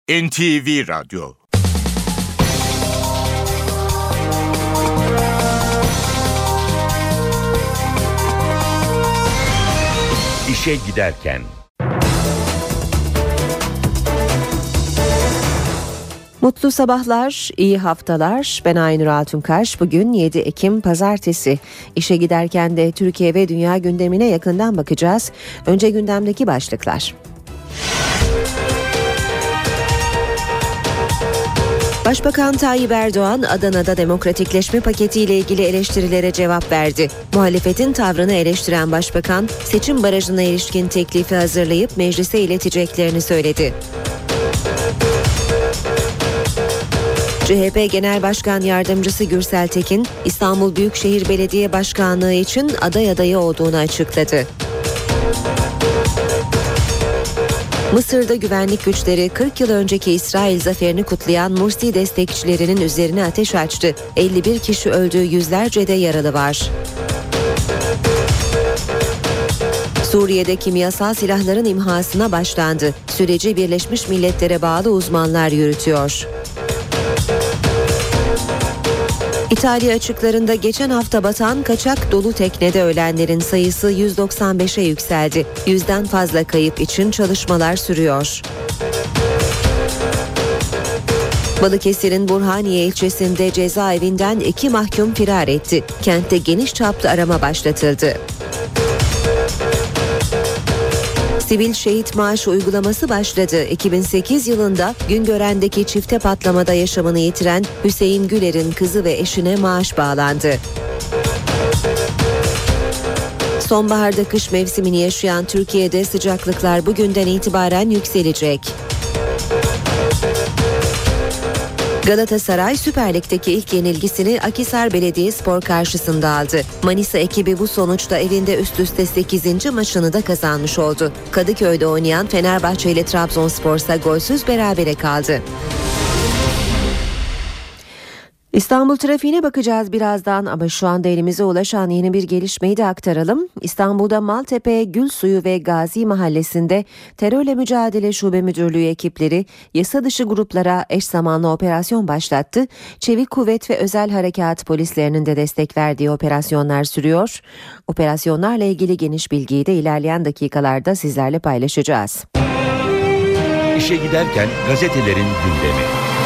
NTV Radyo. İşe giderken. Mutlu sabahlar, iyi haftalar. Ben Aynur Altunkaş. Bugün 7 Ekim Pazartesi. İşe giderken de Türkiye ve dünya gündemine yakından bakacağız. Önce gündemdeki başlıklar. Başbakan Tayyip Erdoğan, Adana'da demokratikleşme paketiyle ilgili eleştirilere cevap verdi. Muhalefetin tavrını eleştiren Başbakan, seçim barajına ilişkin teklifi hazırlayıp meclise ileteceklerini söyledi. CHP Genel Başkan Yardımcısı Gürsel Tekin, İstanbul Büyükşehir Belediye Başkanlığı için aday adayı olduğunu açıkladı. Mısır'da güvenlik güçleri 40 yıl önceki İsrail zaferini kutlayan Mursi destekçilerinin üzerine ateş açtı. 51 kişi öldü, yüzlerce de yaralı var. Suriye'de kimyasal silahların imhasına başlandı. Süreci Birleşmiş Milletler'e bağlı uzmanlar yürütüyor. İtalya açıklarında geçen hafta batan kaçak dolu teknede ölenlerin sayısı 195'e yükseldi. 100'den fazla kayıp için çalışmalar sürüyor. Balıkesir'in Burhaniye ilçesinde cezaevinden 2 mahkum firar etti. Kentte geniş çaplı arama başlatıldı. Sivil şehit maaşı uygulaması başladı. 2008 yılında Güngören'deki çifte patlamada yaşamını yitiren Hüseyin Güler'in kızı ve eşine maaş bağlandı. Sonbaharda kış mevsimini yaşayan Türkiye'de sıcaklıklar bugünden itibaren yükselecek. Galatasaray Süper Lig'deki ilk yenilgisini Akhisar Belediyespor karşısında aldı. Manisa ekibi bu sonuçta evinde üst üste 8. maçını da kazanmış oldu. Kadıköy'de oynayan Fenerbahçe ile Trabzonspor ise golsüz berabere kaldı. İstanbul trafiğine bakacağız birazdan ama şu anda elimize ulaşan yeni bir gelişmeyi de aktaralım. İstanbul'da Maltepe, Gülsuyu ve Gazi Mahallesi'nde Terörle Mücadele Şube Müdürlüğü ekipleri yasa dışı gruplara eş zamanlı operasyon başlattı. Çevik Kuvvet ve Özel Harekat polislerinin de destek verdiği operasyonlar sürüyor. Operasyonlarla ilgili geniş bilgiyi de ilerleyen dakikalarda sizlerle paylaşacağız. İşe giderken gazetelerin gündemi.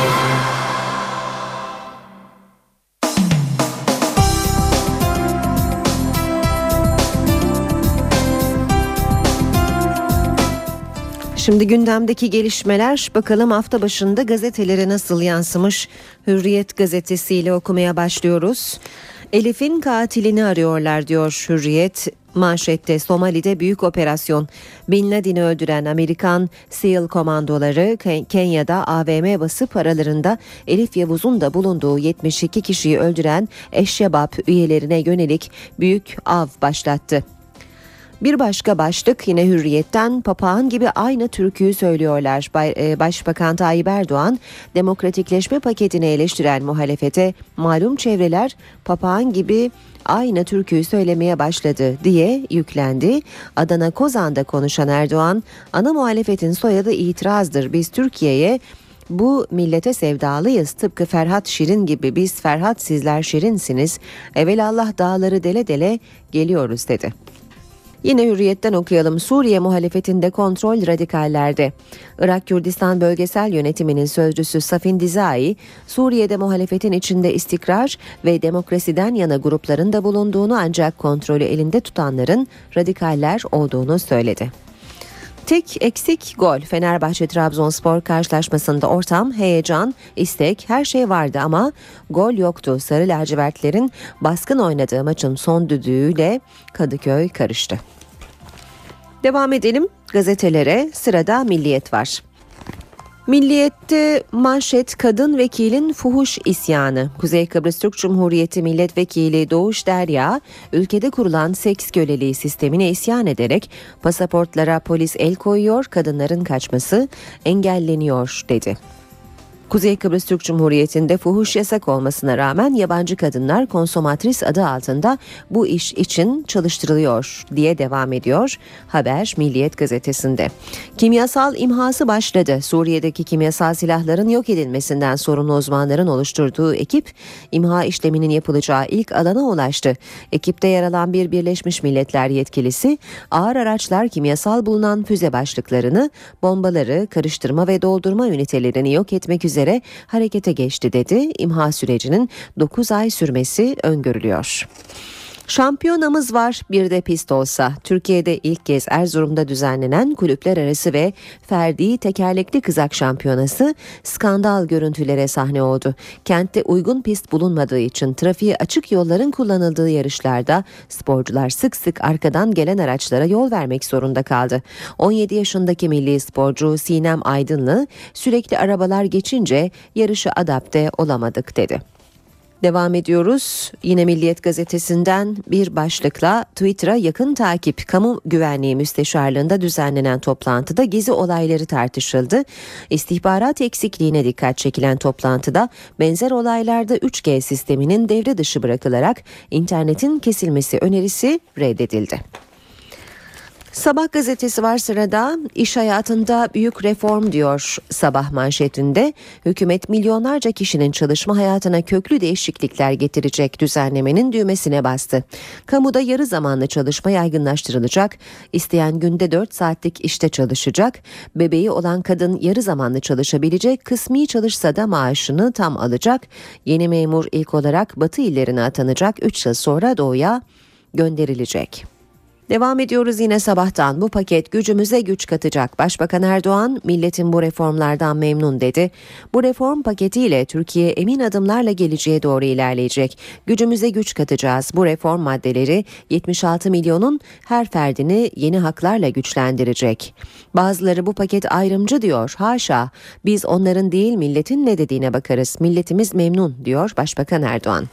Şimdi gündemdeki gelişmeler, bakalım hafta başında gazetelere nasıl yansımış. Hürriyet gazetesiyle okumaya başlıyoruz. Elif'in katilini arıyorlar diyor Hürriyet. Manşette Somali'de büyük operasyon. Bin Laden'i öldüren Amerikan SEAL komandoları Kenya'da AVM basıp aralarında Elif Yavuz'un da bulunduğu 72 kişiyi öldüren Eşşebab üyelerine yönelik büyük av başlattı. Bir başka başlık yine Hürriyet'ten, papağan gibi aynı türküyü söylüyorlar. Başbakan Tayyip Erdoğan demokratikleşme paketini eleştiren muhalefete malum çevreler papağan gibi aynı türküyü söylemeye başladı diye yüklendi. Adana Kozan'da konuşan Erdoğan, ana muhalefetin soyadı itirazdır. Biz Türkiye'ye bu millete sevdalıyız. Tıpkı Ferhat Şirin gibi biz Ferhat sizler Şirinsiniz. Evelallah dağları dele dele geliyoruz dedi. Yine Hürriyet'ten okuyalım. Suriye muhalefetinde kontrol radikallerde. Irak Kürdistan Bölgesel Yönetimi'nin sözcüsü Safin Dizai, Suriye'de muhalefetin içinde istikrar ve demokrasiden yana grupların da bulunduğunu ancak kontrolü elinde tutanların radikaller olduğunu söyledi. Tek eksik gol. Fenerbahçe-Trabzonspor karşılaşmasında ortam, heyecan, istek, her şey vardı ama gol yoktu. Sarı lacivertlerin baskın oynadığı maçın son düdüğüyle Kadıköy karıştı. Devam edelim gazetelere. Sırada Milliyet var. Milliyet'te manşet, kadın vekilin fuhuş isyanı. Kuzey Kıbrıs Türk Cumhuriyeti Milletvekili Doğuş Derya, ülkede kurulan seks köleliği sistemine isyan ederek pasaportlara polis el koyuyor, kadınların kaçması engelleniyor dedi. Kuzey Kıbrıs Türk Cumhuriyeti'nde fuhuş yasak olmasına rağmen yabancı kadınlar konsomatris adı altında bu iş için çalıştırılıyor diye devam ediyor haber Milliyet gazetesinde. Kimyasal imhası başladı. Suriye'deki kimyasal silahların yok edilmesinden sorumlu uzmanların oluşturduğu ekip imha işleminin yapılacağı ilk alana ulaştı. Ekipte yer alan bir Birleşmiş Milletler yetkilisi ağır araçlar kimyasal bulunan füze başlıklarını, bombaları, karıştırma ve doldurma ünitelerini yok etmek üzere harekete geçti dedi. İmha sürecinin 9 ay sürmesi öngörülüyor. Şampiyonamız var bir de pist olsa. Türkiye'de ilk kez Erzurum'da düzenlenen kulüpler arası ve ferdi tekerlekli kızak şampiyonası skandal görüntülere sahne oldu. Kentte uygun pist bulunmadığı için trafiğe açık yolların kullanıldığı yarışlarda sporcular sık sık arkadan gelen araçlara yol vermek zorunda kaldı. 17 yaşındaki milli sporcu Sinem Aydınlı sürekli arabalar geçince yarışa adapte olamadık dedi. Devam ediyoruz. Yine Milliyet gazetesinden bir başlıkla Twitter'a yakın takip. Kamu Güvenliği Müsteşarlığında düzenlenen toplantıda gezi olayları tartışıldı. İstihbarat eksikliğine dikkat çekilen toplantıda benzer olaylarda 3G sisteminin devre dışı bırakılarak internetin kesilmesi önerisi reddedildi. Sabah gazetesi var sırada. İş hayatında büyük reform diyor Sabah manşetinde. Hükümet milyonlarca kişinin çalışma hayatına köklü değişiklikler getirecek düzenlemenin düğmesine bastı. Kamuda yarı zamanlı çalışma yaygınlaştırılacak. İsteyen günde 4 saatlik işte çalışacak. Bebeği olan kadın yarı zamanlı çalışabilecek. Kısmi çalışsa da maaşını tam alacak. Yeni memur ilk olarak Batı illerine atanacak. 3 yıl sonra doğuya gönderilecek. Devam ediyoruz yine sabahtan. Bu paket gücümüze güç katacak. Başbakan Erdoğan, milletin bu reformlardan memnun dedi. Bu reform paketiyle Türkiye emin adımlarla geleceğe doğru ilerleyecek. Gücümüze güç katacağız. Bu reform maddeleri 76 milyonun her ferdini yeni haklarla güçlendirecek. Bazıları bu paket ayrımcı diyor. Haşa, biz onların değil milletin ne dediğine bakarız. Milletimiz memnun diyor Başbakan Erdoğan.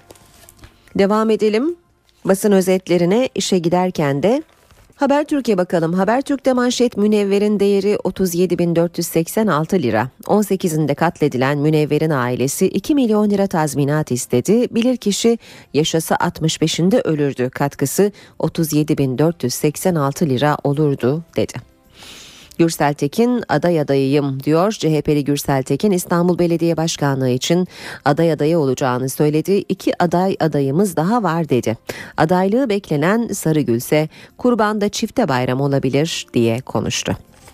Devam edelim. Basın özetlerine işe giderken de Habertürk'e bakalım. Habertürk'te manşet Münevver'in değeri 37.486 lira. 18'inde katledilen Münevver'in ailesi 2 milyon lira tazminat istedi. Bilirkişi yaşasa 65'inde ölürdü. Katkısı 37.486 lira olurdu dedi. Gürsel Tekin aday adayıyım diyor. CHP'li Gürsel Tekin İstanbul Belediye Başkanlığı için aday adayı olacağını söyledi. 2 aday adayımız daha var dedi. Adaylığı beklenen Sarıgül ise kurbanda çifte bayram olabilir diye konuştu.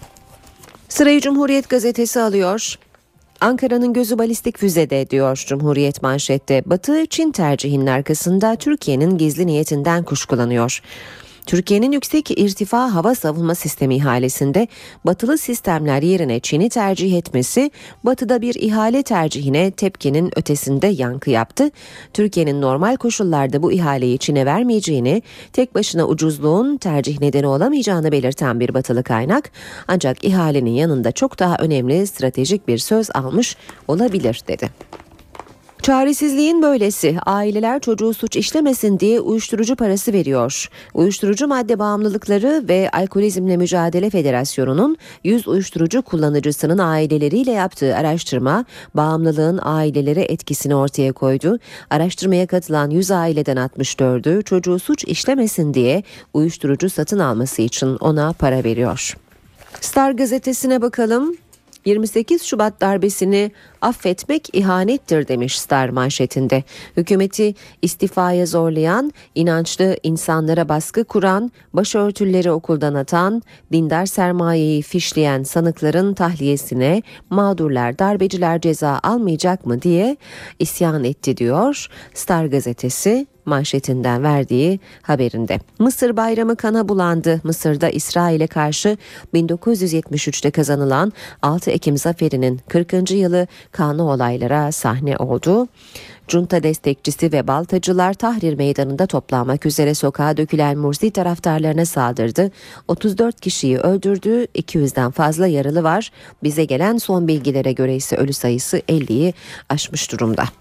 Sırayı Cumhuriyet gazetesi alıyor. Ankara'nın gözü balistik füzede diyor Cumhuriyet manşette. Batı Çin tercihinin arkasında Türkiye'nin gizli niyetinden kuşkulanıyor. Türkiye'nin yüksek irtifa hava savunma sistemi ihalesinde batılı sistemler yerine Çin'i tercih etmesi batıda bir ihale tercihine tepkinin ötesinde yankı yaptı. Türkiye'nin normal koşullarda bu ihaleyi Çin'e vermeyeceğini, tek başına ucuzluğun tercih nedeni olamayacağını belirten bir batılı kaynak, ancak ihalenin yanında çok daha önemli stratejik bir söz almış olabilir dedi. Çaresizliğin böylesi. Aileler çocuğu suç işlemesin diye uyuşturucu parası veriyor. Uyuşturucu madde bağımlılıkları ve Alkolizmle Mücadele Federasyonu'nun 100 uyuşturucu kullanıcısının aileleriyle yaptığı araştırma bağımlılığın ailelere etkisini ortaya koydu. Araştırmaya katılan 100 aileden 64'ü çocuğu suç işlemesin diye uyuşturucu satın alması için ona para veriyor. Star gazetesine bakalım. 28 Şubat darbesini affetmek ihanettir demiş Star manşetinde. Hükümeti istifaya zorlayan, inançlı insanlara baskı kuran, başörtüleri okuldan atan, dindar sermayeyi fişleyen sanıkların tahliyesine mağdurlar, darbeciler ceza almayacak mı diye isyan etti diyor Star gazetesi manşetinden verdiği haberinde. Mısır bayramı kana bulandı. Mısır'da İsrail'e karşı 1973'te kazanılan 6 Ekim zaferinin 40. yılı kanlı olaylara sahne oldu. Junta destekçisi ve baltacılar Tahrir Meydanı'nda toplanmak üzere sokağa dökülen Mursi taraftarlarına saldırdı. 34 kişiyi öldürdü, 200'den fazla yaralı var. Bize gelen son bilgilere göre ise ölü sayısı 50'yi aşmış durumda.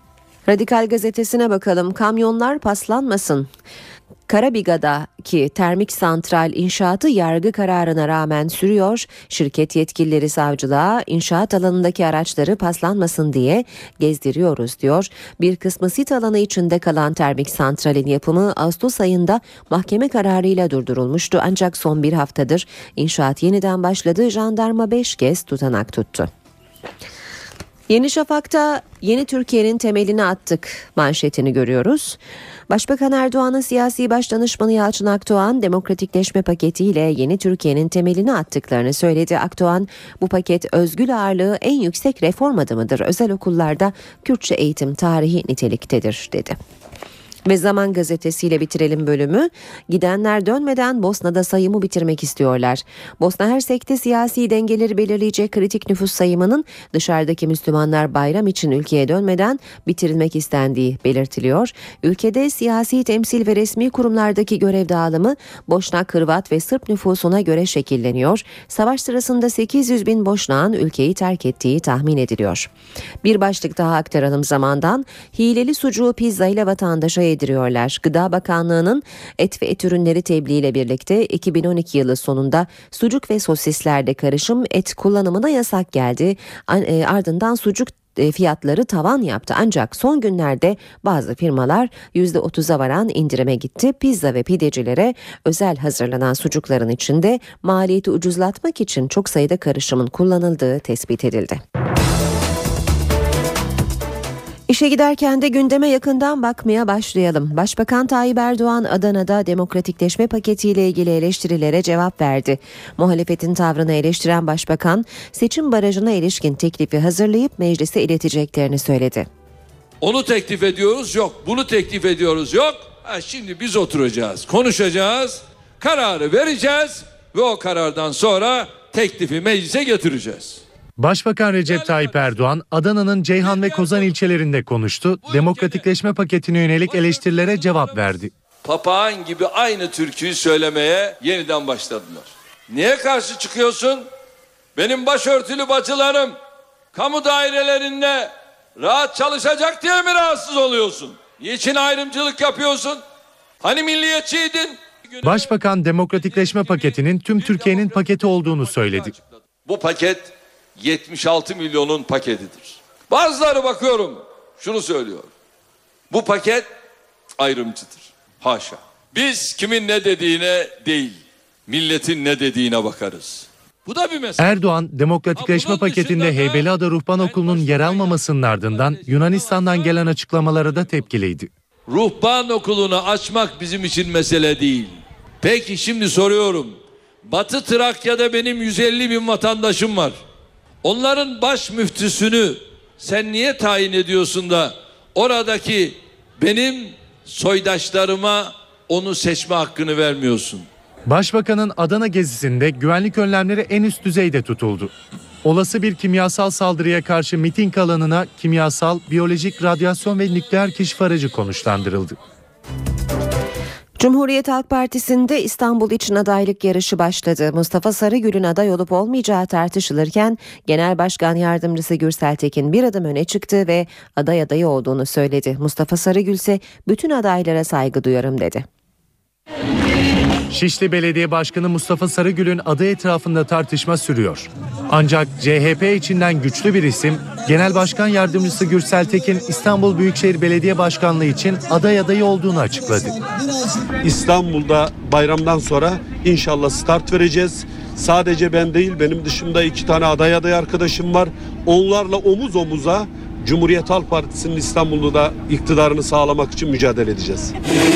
Radikal gazetesine bakalım. Kamyonlar paslanmasın. Karabiga'daki termik santral inşaatı yargı kararına rağmen sürüyor. Şirket yetkilileri savcılığa inşaat alanındaki araçları paslanmasın diye gezdiriyoruz diyor. Bir kısmı sit alanı içinde kalan termik santralin yapımı Ağustos ayında mahkeme kararıyla durdurulmuştu. Ancak son bir haftadır inşaat yeniden başladı. Jandarma 5 kez tutanak tuttu. Yeni Şafak'ta yeni Türkiye'nin temelini attık manşetini görüyoruz. Başbakan Erdoğan'ın siyasi başdanışmanı Yalçın Akdoğan demokratikleşme paketiyle yeni Türkiye'nin temelini attıklarını söyledi. Akdoğan, bu paket özgül ağırlığı en yüksek reform adımıdır. Özel okullarda Kürtçe eğitim tarihi niteliktedir dedi. Ve Zaman gazetesiyle bitirelim bölümü. Gidenler dönmeden Bosna'da sayımı bitirmek istiyorlar. Bosna Hersek'te siyasi dengeleri belirleyecek kritik nüfus sayımının dışarıdaki Müslümanlar bayram için ülkeye dönmeden bitirilmek istendiği belirtiliyor. Ülkede siyasi temsil ve resmi kurumlardaki görev dağılımı Boşnak, Hırvat ve Sırp nüfusuna göre şekilleniyor. Savaş sırasında 800 bin Boşnak'ın ülkeyi terk ettiği tahmin ediliyor. Bir başlık daha aktaralım Zaman'dan. Hileli sucuğu pizza ile vatandaşa yediriyorlar. Gıda Bakanlığı'nın et ve et ürünleri tebliğiyle birlikte 2012 yılı sonunda sucuk ve sosislerde karışım et kullanımına yasak geldi. Ardından sucuk fiyatları tavan yaptı. Ancak son günlerde bazı firmalar %30'a varan indirime gitti. Pizza ve pidecilere özel hazırlanan sucukların içinde maliyeti ucuzlatmak için çok sayıda karışımın kullanıldığı tespit edildi. İşe giderken de gündeme yakından bakmaya başlayalım. Başbakan Tayyip Erdoğan Adana'da demokratikleşme paketiyle ilgili eleştirilere cevap verdi. Muhalefetin tavrını eleştiren başbakan, seçim barajına ilişkin teklifi hazırlayıp meclise ileteceklerini söyledi. Onu teklif ediyoruz yok, bunu teklif ediyoruz yok. Şimdi biz oturacağız, konuşacağız, kararı vereceğiz ve o karardan sonra teklifi meclise getireceğiz. Başbakan Recep Tayyip Erdoğan, Adana'nın Ceyhan ve Kozan ilçelerinde konuştu. Demokratikleşme paketine yönelik eleştirilere cevap verdi. Papağan gibi aynı türküyü söylemeye yeniden başladılar. Niye karşı çıkıyorsun? Benim başörtülü bacılarım kamu dairelerinde rahat çalışacak diye mi rahatsız oluyorsun? Niçin ayrımcılık yapıyorsun? Hani milliyetçiydin? Başbakan demokratikleşme paketinin tüm Türkiye'nin paketi olduğunu söyledi. Bu paket 76 milyonun paketidir. Bazıları bakıyorum şunu söylüyor. Bu paket ayrımcıdır. Haşa. Biz kimin ne dediğine değil, milletin ne dediğine bakarız. Bu da bir mesele. Erdoğan, demokratikleşme paketinde Heybeliada Ruhban Okulu'nun yer almamasının ardından Yunanistan'dan gelen açıklamalara da tepkiliydi. Ruhban Okulu'nu açmak bizim için mesele değil. Peki şimdi soruyorum. Batı Trakya'da benim 150 bin vatandaşım var. Onların baş müftüsünü sen niye tayin ediyorsun da oradaki benim soydaşlarıma onu seçme hakkını vermiyorsun? Başbakanın Adana gezisinde güvenlik önlemleri en üst düzeyde tutuldu. Olası bir kimyasal saldırıya karşı miting alanına kimyasal, biyolojik, radyasyon ve nükleer keşif aracı konuşlandırıldı. Cumhuriyet Halk Partisi'nde İstanbul için adaylık yarışı başladı. Mustafa Sarıgül'ün aday olup olmayacağı tartışılırken Genel Başkan Yardımcısı Gürsel Tekin bir adım öne çıktı ve aday adayı olduğunu söyledi. Mustafa Sarıgül ise bütün adaylara saygı duyarım dedi. Şişli Belediye Başkanı Mustafa Sarıgül'ün adı etrafında tartışma sürüyor. Ancak CHP içinden güçlü bir isim, Genel Başkan Yardımcısı Gürsel Tekin İstanbul Büyükşehir Belediye Başkanlığı için aday adayı olduğunu açıkladı. İstanbul'da bayramdan sonra inşallah start vereceğiz. Sadece ben değil, benim dışımda 2 tane aday arkadaşım var. Onlarla omuz omuza Cumhuriyet Halk Partisi'nin İstanbul'da iktidarını sağlamak için mücadele edeceğiz.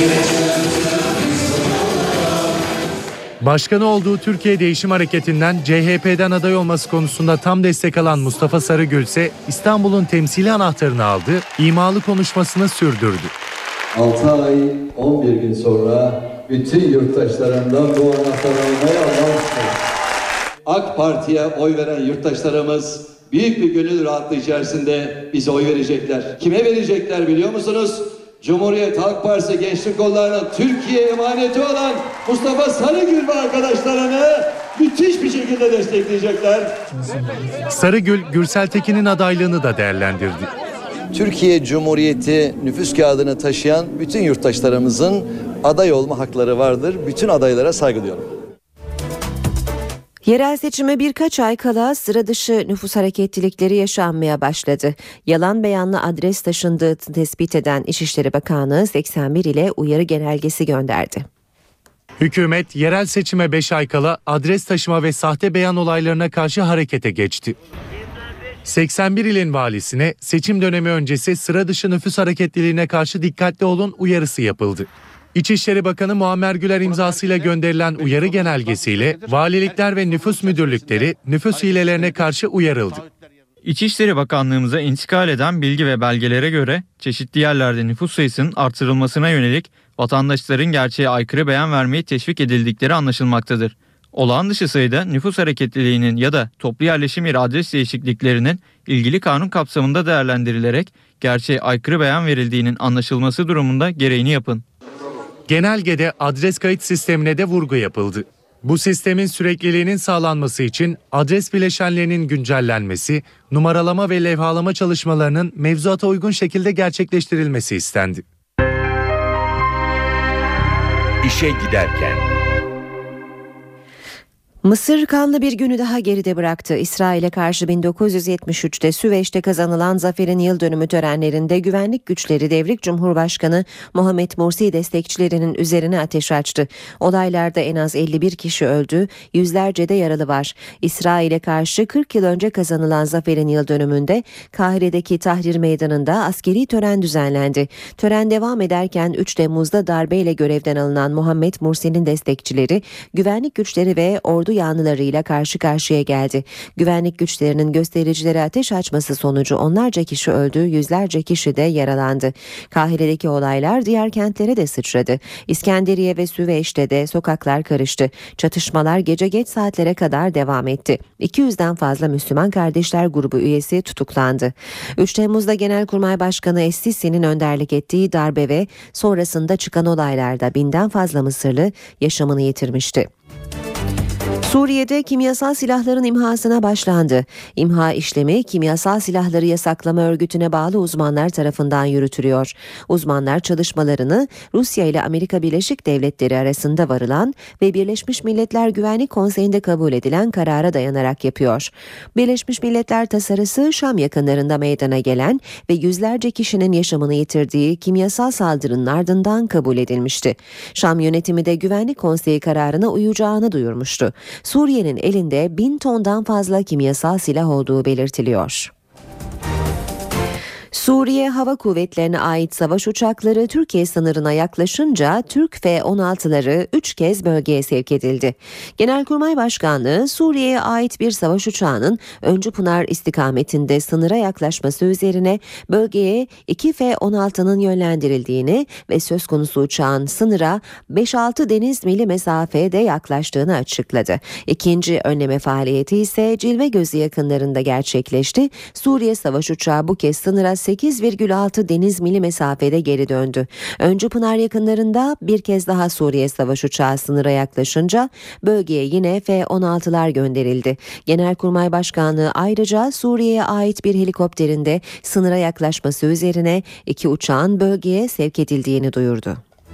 Başkanı olduğu Türkiye Değişim Hareketi'nden CHP'den aday olması konusunda tam destek alan Mustafa Sarıgül ise İstanbul'un temsili anahtarını aldı, imalı konuşmasını sürdürdü. 6 ay 11 gün sonra bütün yurttaşlarımdan bu anahtarı almaya Allah'a ısmarladık. AK Parti'ye oy veren yurttaşlarımız büyük bir gönül rahatlığı içerisinde bize oy verecekler. Kime verecekler biliyor musunuz? Cumhuriyet Halk Partisi Gençlik Kolları'nın Türkiye emaneti olan Mustafa Sarıgül ve arkadaşlarını müthiş bir şekilde destekleyecekler. Sarıgül, Gürsel Tekin'in adaylığını da değerlendirdi. Türkiye Cumhuriyeti nüfus kağıdını taşıyan bütün yurttaşlarımızın aday olma hakları vardır. Bütün adaylara saygı duyuyorum. Yerel seçime birkaç ay kala sıra dışı nüfus hareketlilikleri yaşanmaya başladı. Yalan beyanla adres taşındığı tespit eden İçişleri Bakanlığı 81 ile uyarı genelgesi gönderdi. Hükümet yerel seçime 5 ay kala adres taşıma ve sahte beyan olaylarına karşı harekete geçti. 81 ilin valisine seçim dönemi öncesi sıra dışı nüfus hareketliliğine karşı dikkatli olun uyarısı yapıldı. İçişleri Bakanı Muammer Güler imzasıyla gönderilen uyarı genelgesiyle valilikler ve nüfus müdürlükleri nüfus hilelerine karşı uyarıldı. İçişleri Bakanlığımıza intikal eden bilgi ve belgelere göre çeşitli yerlerde nüfus sayısının artırılmasına yönelik vatandaşların gerçeğe aykırı beyan vermeyi teşvik edildikleri anlaşılmaktadır. Olağan dışı sayıda nüfus hareketliliğinin ya da toplu yerleşim yeri adres değişikliklerinin ilgili kanun kapsamında değerlendirilerek gerçeğe aykırı beyan verildiğinin anlaşılması durumunda gereğini yapın. Genelgede adres kayıt sistemine de vurgu yapıldı. Bu sistemin sürekliliğinin sağlanması için adres bileşenlerinin güncellenmesi, numaralama ve levhalama çalışmalarının mevzuata uygun şekilde gerçekleştirilmesi istendi. İşe giderken. Mısır kanlı bir günü daha geride bıraktı. İsrail'e karşı 1973'te Süveyş'te kazanılan zaferin yıl dönümü törenlerinde güvenlik güçleri devrik Cumhurbaşkanı Mohamed Mursi destekçilerinin üzerine ateş açtı. Olaylarda en az 51 kişi öldü, yüzlerce de yaralı var. İsrail'e karşı 40 yıl önce kazanılan zaferin yıl dönümünde Kahire'deki Tahrir Meydanı'nda askeri tören düzenlendi. Tören devam ederken 3 Temmuz'da darbeyle görevden alınan Mohamed Mursi'nin destekçileri, güvenlik güçleri ve ordu yanlılarıyla karşı karşıya geldi. Güvenlik güçlerinin göstericilere ateş açması sonucu onlarca kişi öldü, yüzlerce kişi de yaralandı. Kahire'deki olaylar diğer kentlere de sıçradı. İskenderiye ve Süveyş'te de sokaklar karıştı. Çatışmalar gece geç saatlere kadar devam etti. 200'den fazla Müslüman Kardeşler grubu üyesi tutuklandı. 3 Temmuz'da Genelkurmay Başkanı Es-Sisi'nin önderlik ettiği darbe ve sonrasında çıkan olaylarda 1000'den fazla Mısırlı yaşamını yitirmişti. Suriye'de kimyasal silahların imhasına başlandı. İmha işlemi kimyasal silahları yasaklama örgütüne bağlı uzmanlar tarafından yürütülüyor. Uzmanlar çalışmalarını Rusya ile Amerika Birleşik Devletleri arasında varılan ve Birleşmiş Milletler Güvenlik Konseyi'nde kabul edilen karara dayanarak yapıyor. Birleşmiş Milletler tasarısı Şam yakınlarında meydana gelen ve yüzlerce kişinin yaşamını yitirdiği kimyasal saldırının ardından kabul edilmişti. Şam yönetimi de Güvenlik Konseyi kararına uyacağını duyurmuştu. Suriye'nin elinde 1000 tondan fazla kimyasal silah olduğu belirtiliyor. Suriye Hava Kuvvetleri'ne ait savaş uçakları Türkiye sınırına yaklaşınca Türk F-16'ları 3 kez bölgeye sevk edildi. Genelkurmay Başkanlığı Suriye'ye ait bir savaş uçağının Öncü Pınar istikametinde sınıra yaklaşması üzerine bölgeye 2 F-16'nın yönlendirildiğini ve söz konusu uçağın sınıra 5-6 deniz mili mesafede yaklaştığını açıkladı. İkinci önleme faaliyeti ise Cilve Gözü yakınlarında gerçekleşti. Suriye savaş uçağı bu kez sınıra 8,6 deniz mili mesafede geri döndü. Öncü Pınar yakınlarında bir kez daha Suriye savaş uçağı sınıra yaklaşınca bölgeye yine F-16'lar gönderildi. Genelkurmay Başkanlığı ayrıca Suriye'ye ait bir helikopterinde sınıra yaklaşması üzerine 2 uçağın bölgeye sevk edildiğini duyurdu.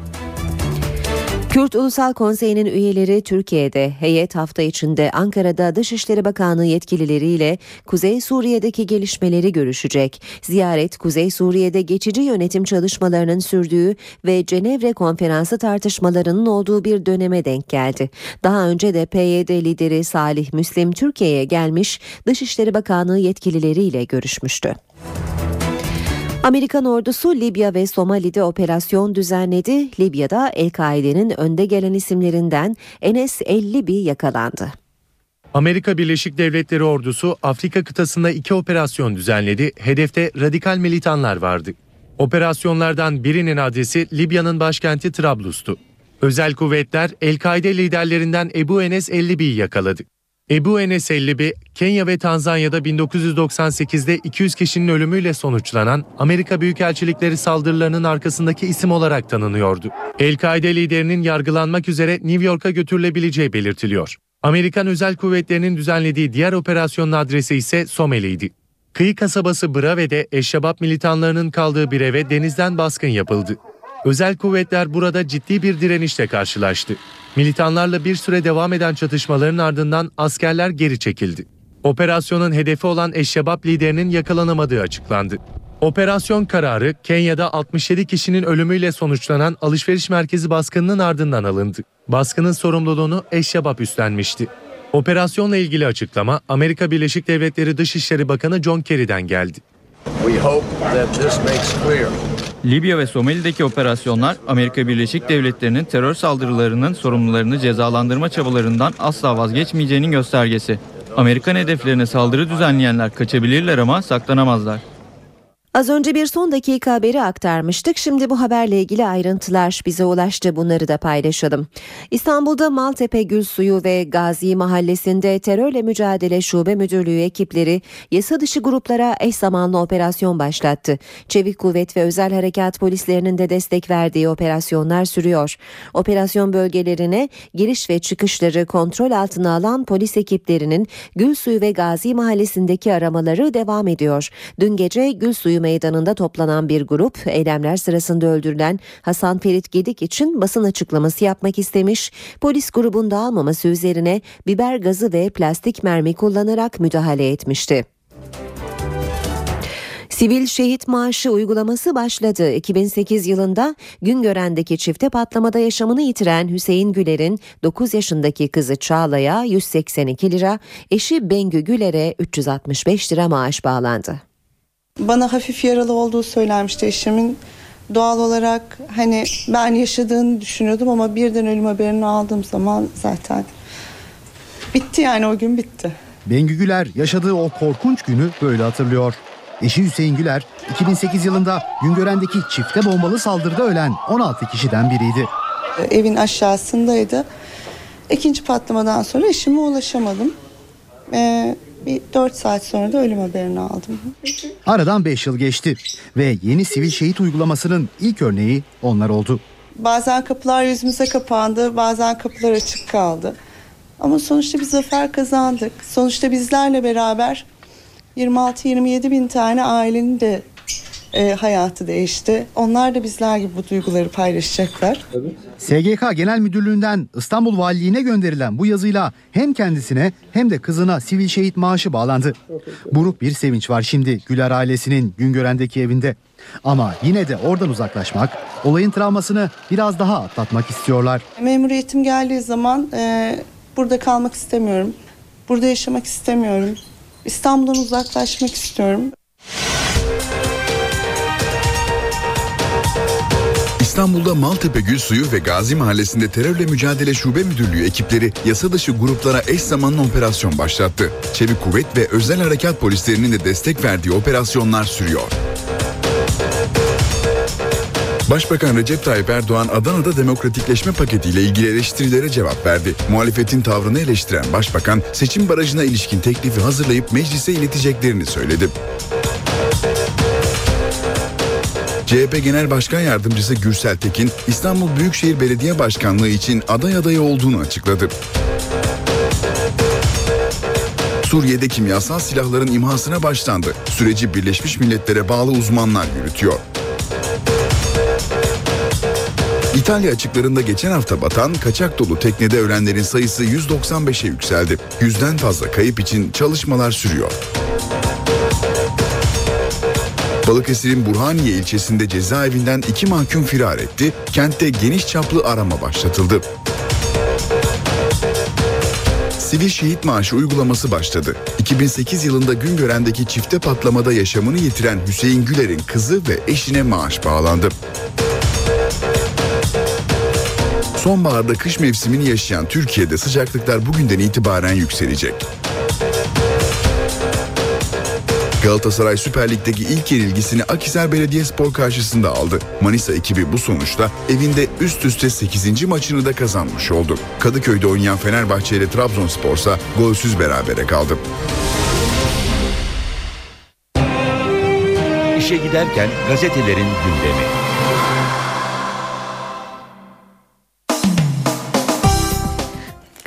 Kürt Ulusal Konseyi'nin üyeleri Türkiye'de, heyet hafta içinde Ankara'da Dışişleri Bakanlığı yetkilileriyle Kuzey Suriye'deki gelişmeleri görüşecek. Ziyaret, Kuzey Suriye'de geçici yönetim çalışmalarının sürdüğü ve Cenevre Konferansı tartışmalarının olduğu bir döneme denk geldi. Daha önce de PYD lideri Salih Müslim Türkiye'ye gelmiş, Dışişleri Bakanlığı yetkilileriyle görüşmüştü. Amerikan ordusu Libya ve Somali'de operasyon düzenledi. Libya'da El-Kaide'nin önde gelen isimlerinden Enes El-Libi yakalandı. Amerika Birleşik Devletleri ordusu Afrika kıtasında 2 operasyon düzenledi. Hedefte radikal militanlar vardı. Operasyonlardan birinin adresi Libya'nın başkenti Trablus'tu. Özel kuvvetler El-Kaide liderlerinden Ebu Enes El-Libi'yi yakaladı. Ebu Enes El-Libi, Kenya ve Tanzanya'da 1998'de 200 kişinin ölümüyle sonuçlanan Amerika Büyükelçilikleri saldırılarının arkasındaki isim olarak tanınıyordu. El-Kaide liderinin yargılanmak üzere New York'a götürülebileceği belirtiliyor. Amerikan özel kuvvetlerinin düzenlediği diğer operasyonun adresi ise Somali'ydi. Kıyı kasabası Brave'de Eşşebap militanlarının kaldığı bir eve denizden baskın yapıldı. Özel kuvvetler burada ciddi bir direnişle karşılaştı. Militanlarla bir süre devam eden çatışmaların ardından askerler geri çekildi. Operasyonun hedefi olan Eşşebap liderinin yakalanamadığı açıklandı. Operasyon kararı Kenya'da 67 kişinin ölümüyle sonuçlanan alışveriş merkezi baskınının ardından alındı. Baskının sorumluluğunu Eşşebap üstlenmişti. Operasyonla ilgili açıklama Amerika Birleşik Devletleri Dışişleri Bakanı John Kerry'den geldi. Libya ve Somali'deki operasyonlar Amerika Birleşik Devletleri'nin terör saldırılarının sorumlularını cezalandırma çabalarından asla vazgeçmeyeceğinin göstergesi. Amerikan hedeflerine saldırı düzenleyenler kaçabilirler ama saklanamazlar. Az önce bir son dakika haberi aktarmıştık. Şimdi bu haberle ilgili ayrıntılar bize ulaştı. Bunları da paylaşalım. İstanbul'da Maltepe Gülsuyu ve Gazi Mahallesi'nde terörle mücadele şube müdürlüğü ekipleri yasa dışı gruplara eş zamanlı operasyon başlattı. Çevik Kuvvet ve Özel Harekat polislerinin de destek verdiği operasyonlar sürüyor. Operasyon bölgelerine giriş ve çıkışları kontrol altına alan polis ekiplerinin Gülsuyu ve Gazi Mahallesi'ndeki aramaları devam ediyor. Dün gece Gülsuyu meydanında toplanan bir grup eylemler sırasında öldürülen Hasan Ferit Gedik için basın açıklaması yapmak istemiş. Polis grubun dağılmaması üzerine biber gazı ve plastik mermi kullanarak müdahale etmişti. Sivil şehit maaşı uygulaması başladı. 2008 yılında Güngören'deki çifte patlamada yaşamını yitiren Hüseyin Güler'in 9 yaşındaki kızı Çağla'ya 182 lira, eşi Bengü Güler'e 365 lira maaş bağlandı. Bana hafif yaralı olduğu söylenmişti eşimin. Doğal olarak hani ben yaşadığını düşünüyordum ama birden ölüm haberini aldığım zaman zaten bitti, yani o gün bitti. Bengü Güler yaşadığı o korkunç günü böyle hatırlıyor. Eşi Hüseyin Güler 2008 yılında Güngören'deki çifte bombalı saldırıda ölen 16 kişiden biriydi. Evin aşağısındaydı. İkinci patlamadan sonra eşime ulaşamadım. Bir 4 saat sonra da ölüm haberini aldım. Aradan 5 yıl geçti ve yeni sivil şehit uygulamasının ilk örneği onlar oldu. Bazen kapılar yüzümüze kapandı, bazen kapılar açık kaldı. Ama sonuçta bir zafer kazandık. Sonuçta bizlerle beraber 26-27 bin tane ailenin de hayatı değişti. Onlar da bizler gibi bu duyguları paylaşacaklar. SGK Genel Müdürlüğü'nden İstanbul Valiliğine gönderilen bu yazıyla hem kendisine hem de kızına sivil şehit maaşı bağlandı. Buruk bir sevinç var şimdi Güler ailesinin Güngören'deki evinde. Ama yine de oradan uzaklaşmak, olayın travmasını biraz daha atlatmak istiyorlar. Memuriyetim geldiği zaman burada kalmak istemiyorum. Burada yaşamak istemiyorum. İstanbul'dan uzaklaşmak istiyorum. İstanbul'da Maltepe Gülsuyu ve Gazi Mahallesi'nde terörle mücadele şube müdürlüğü ekipleri yasa dışı gruplara eş zamanlı operasyon başlattı. Çevik Kuvvet ve Özel Harekat polislerinin de destek verdiği operasyonlar sürüyor. Başbakan Recep Tayyip Erdoğan Adana'da demokratikleşme paketiyle ilgili eleştirilere cevap verdi. Muhalefetin tavrını eleştiren Başbakan seçim barajına ilişkin teklifi hazırlayıp meclise ileteceklerini söyledi. CHP Genel Başkan Yardımcısı Gürsel Tekin, İstanbul Büyükşehir Belediye Başkanlığı için aday adayı olduğunu açıkladı. Suriye'de kimyasal silahların imhasına başlandı. Süreci Birleşmiş Milletler'e bağlı uzmanlar yürütüyor. İtalya açıklarında geçen hafta batan kaçak dolu teknede ölenlerin sayısı 195'e yükseldi. 100'den fazla kayıp için çalışmalar sürüyor. Balıkesir'in Burhaniye ilçesinde cezaevinden 2 mahkum firar etti. Kentte geniş çaplı arama başlatıldı. Sivil şehit maaşı uygulaması başladı. 2008 yılında Güngören'deki çifte patlamada yaşamını yitiren Hüseyin Güler'in kızı ve eşine maaş bağlandı. Sonbaharda kış mevsimini yaşayan Türkiye'de sıcaklıklar bugünden itibaren yükselecek. Galatasaray Süper Lig'deki ilk yenilgisini Akhisar Belediyespor karşısında aldı. Manisa ekibi bu sonuçta evinde üst üste 8. maçını da kazanmış oldu. Kadıköy'de oynayan Fenerbahçe ile Trabzonspor'sa golsüz berabere kaldı. İşe giderken gazetelerin gündemi.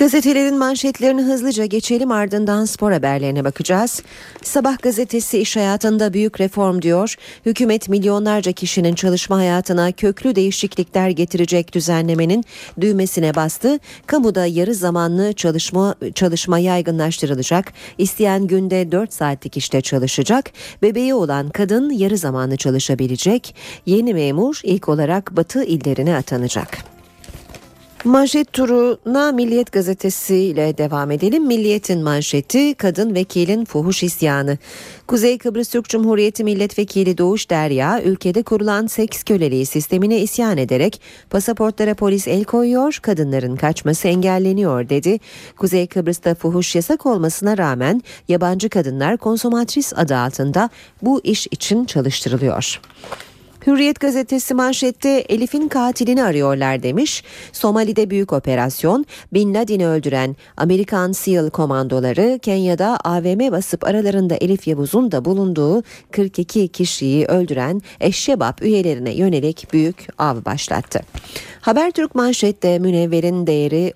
Gazetelerin manşetlerini hızlıca geçelim, ardından spor haberlerine bakacağız. Sabah gazetesi iş hayatında büyük reform diyor. Hükümet milyonlarca kişinin çalışma hayatına köklü değişiklikler getirecek düzenlemenin düğmesine bastı. Kamuda yarı zamanlı çalışma yaygınlaştırılacak. İsteyen günde 4 saatlik işte çalışacak. Bebeği olan kadın yarı zamanlı çalışabilecek. Yeni memur ilk olarak Batı illerine atanacak. Manşet turuna Milliyet gazetesiyle devam edelim. Milliyet'in manşeti kadın vekilin fuhuş isyanı. Kuzey Kıbrıs Türk Cumhuriyeti Milletvekili Doğuş Derya, ülkede kurulan seks köleliği sistemine isyan ederek pasaportlara polis el koyuyor, kadınların kaçması engelleniyor dedi. Kuzey Kıbrıs'ta fuhuş yasak olmasına rağmen yabancı kadınlar konsomatris adı altında bu iş için çalıştırılıyor. Hürriyet gazetesi manşette Elif'in katilini arıyorlar demiş. Somali'de büyük operasyon, Bin Laden'i öldüren Amerikan SEAL komandoları Kenya'da AVM basıp aralarında Elif Yavuz'un da bulunduğu 42 kişiyi öldüren Eşşebap üyelerine yönelik büyük av başlattı. Habertürk manşette Münevver'in değeri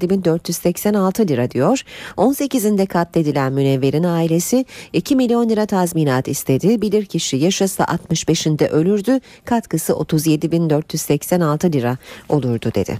37.486 lira diyor. 18'inde katledilen Münevver'in ailesi 2 milyon lira tazminat istedi. Bilirkişi yaşasa 65'inde ölürdü. Katkısı 37.486 lira olurdu dedi.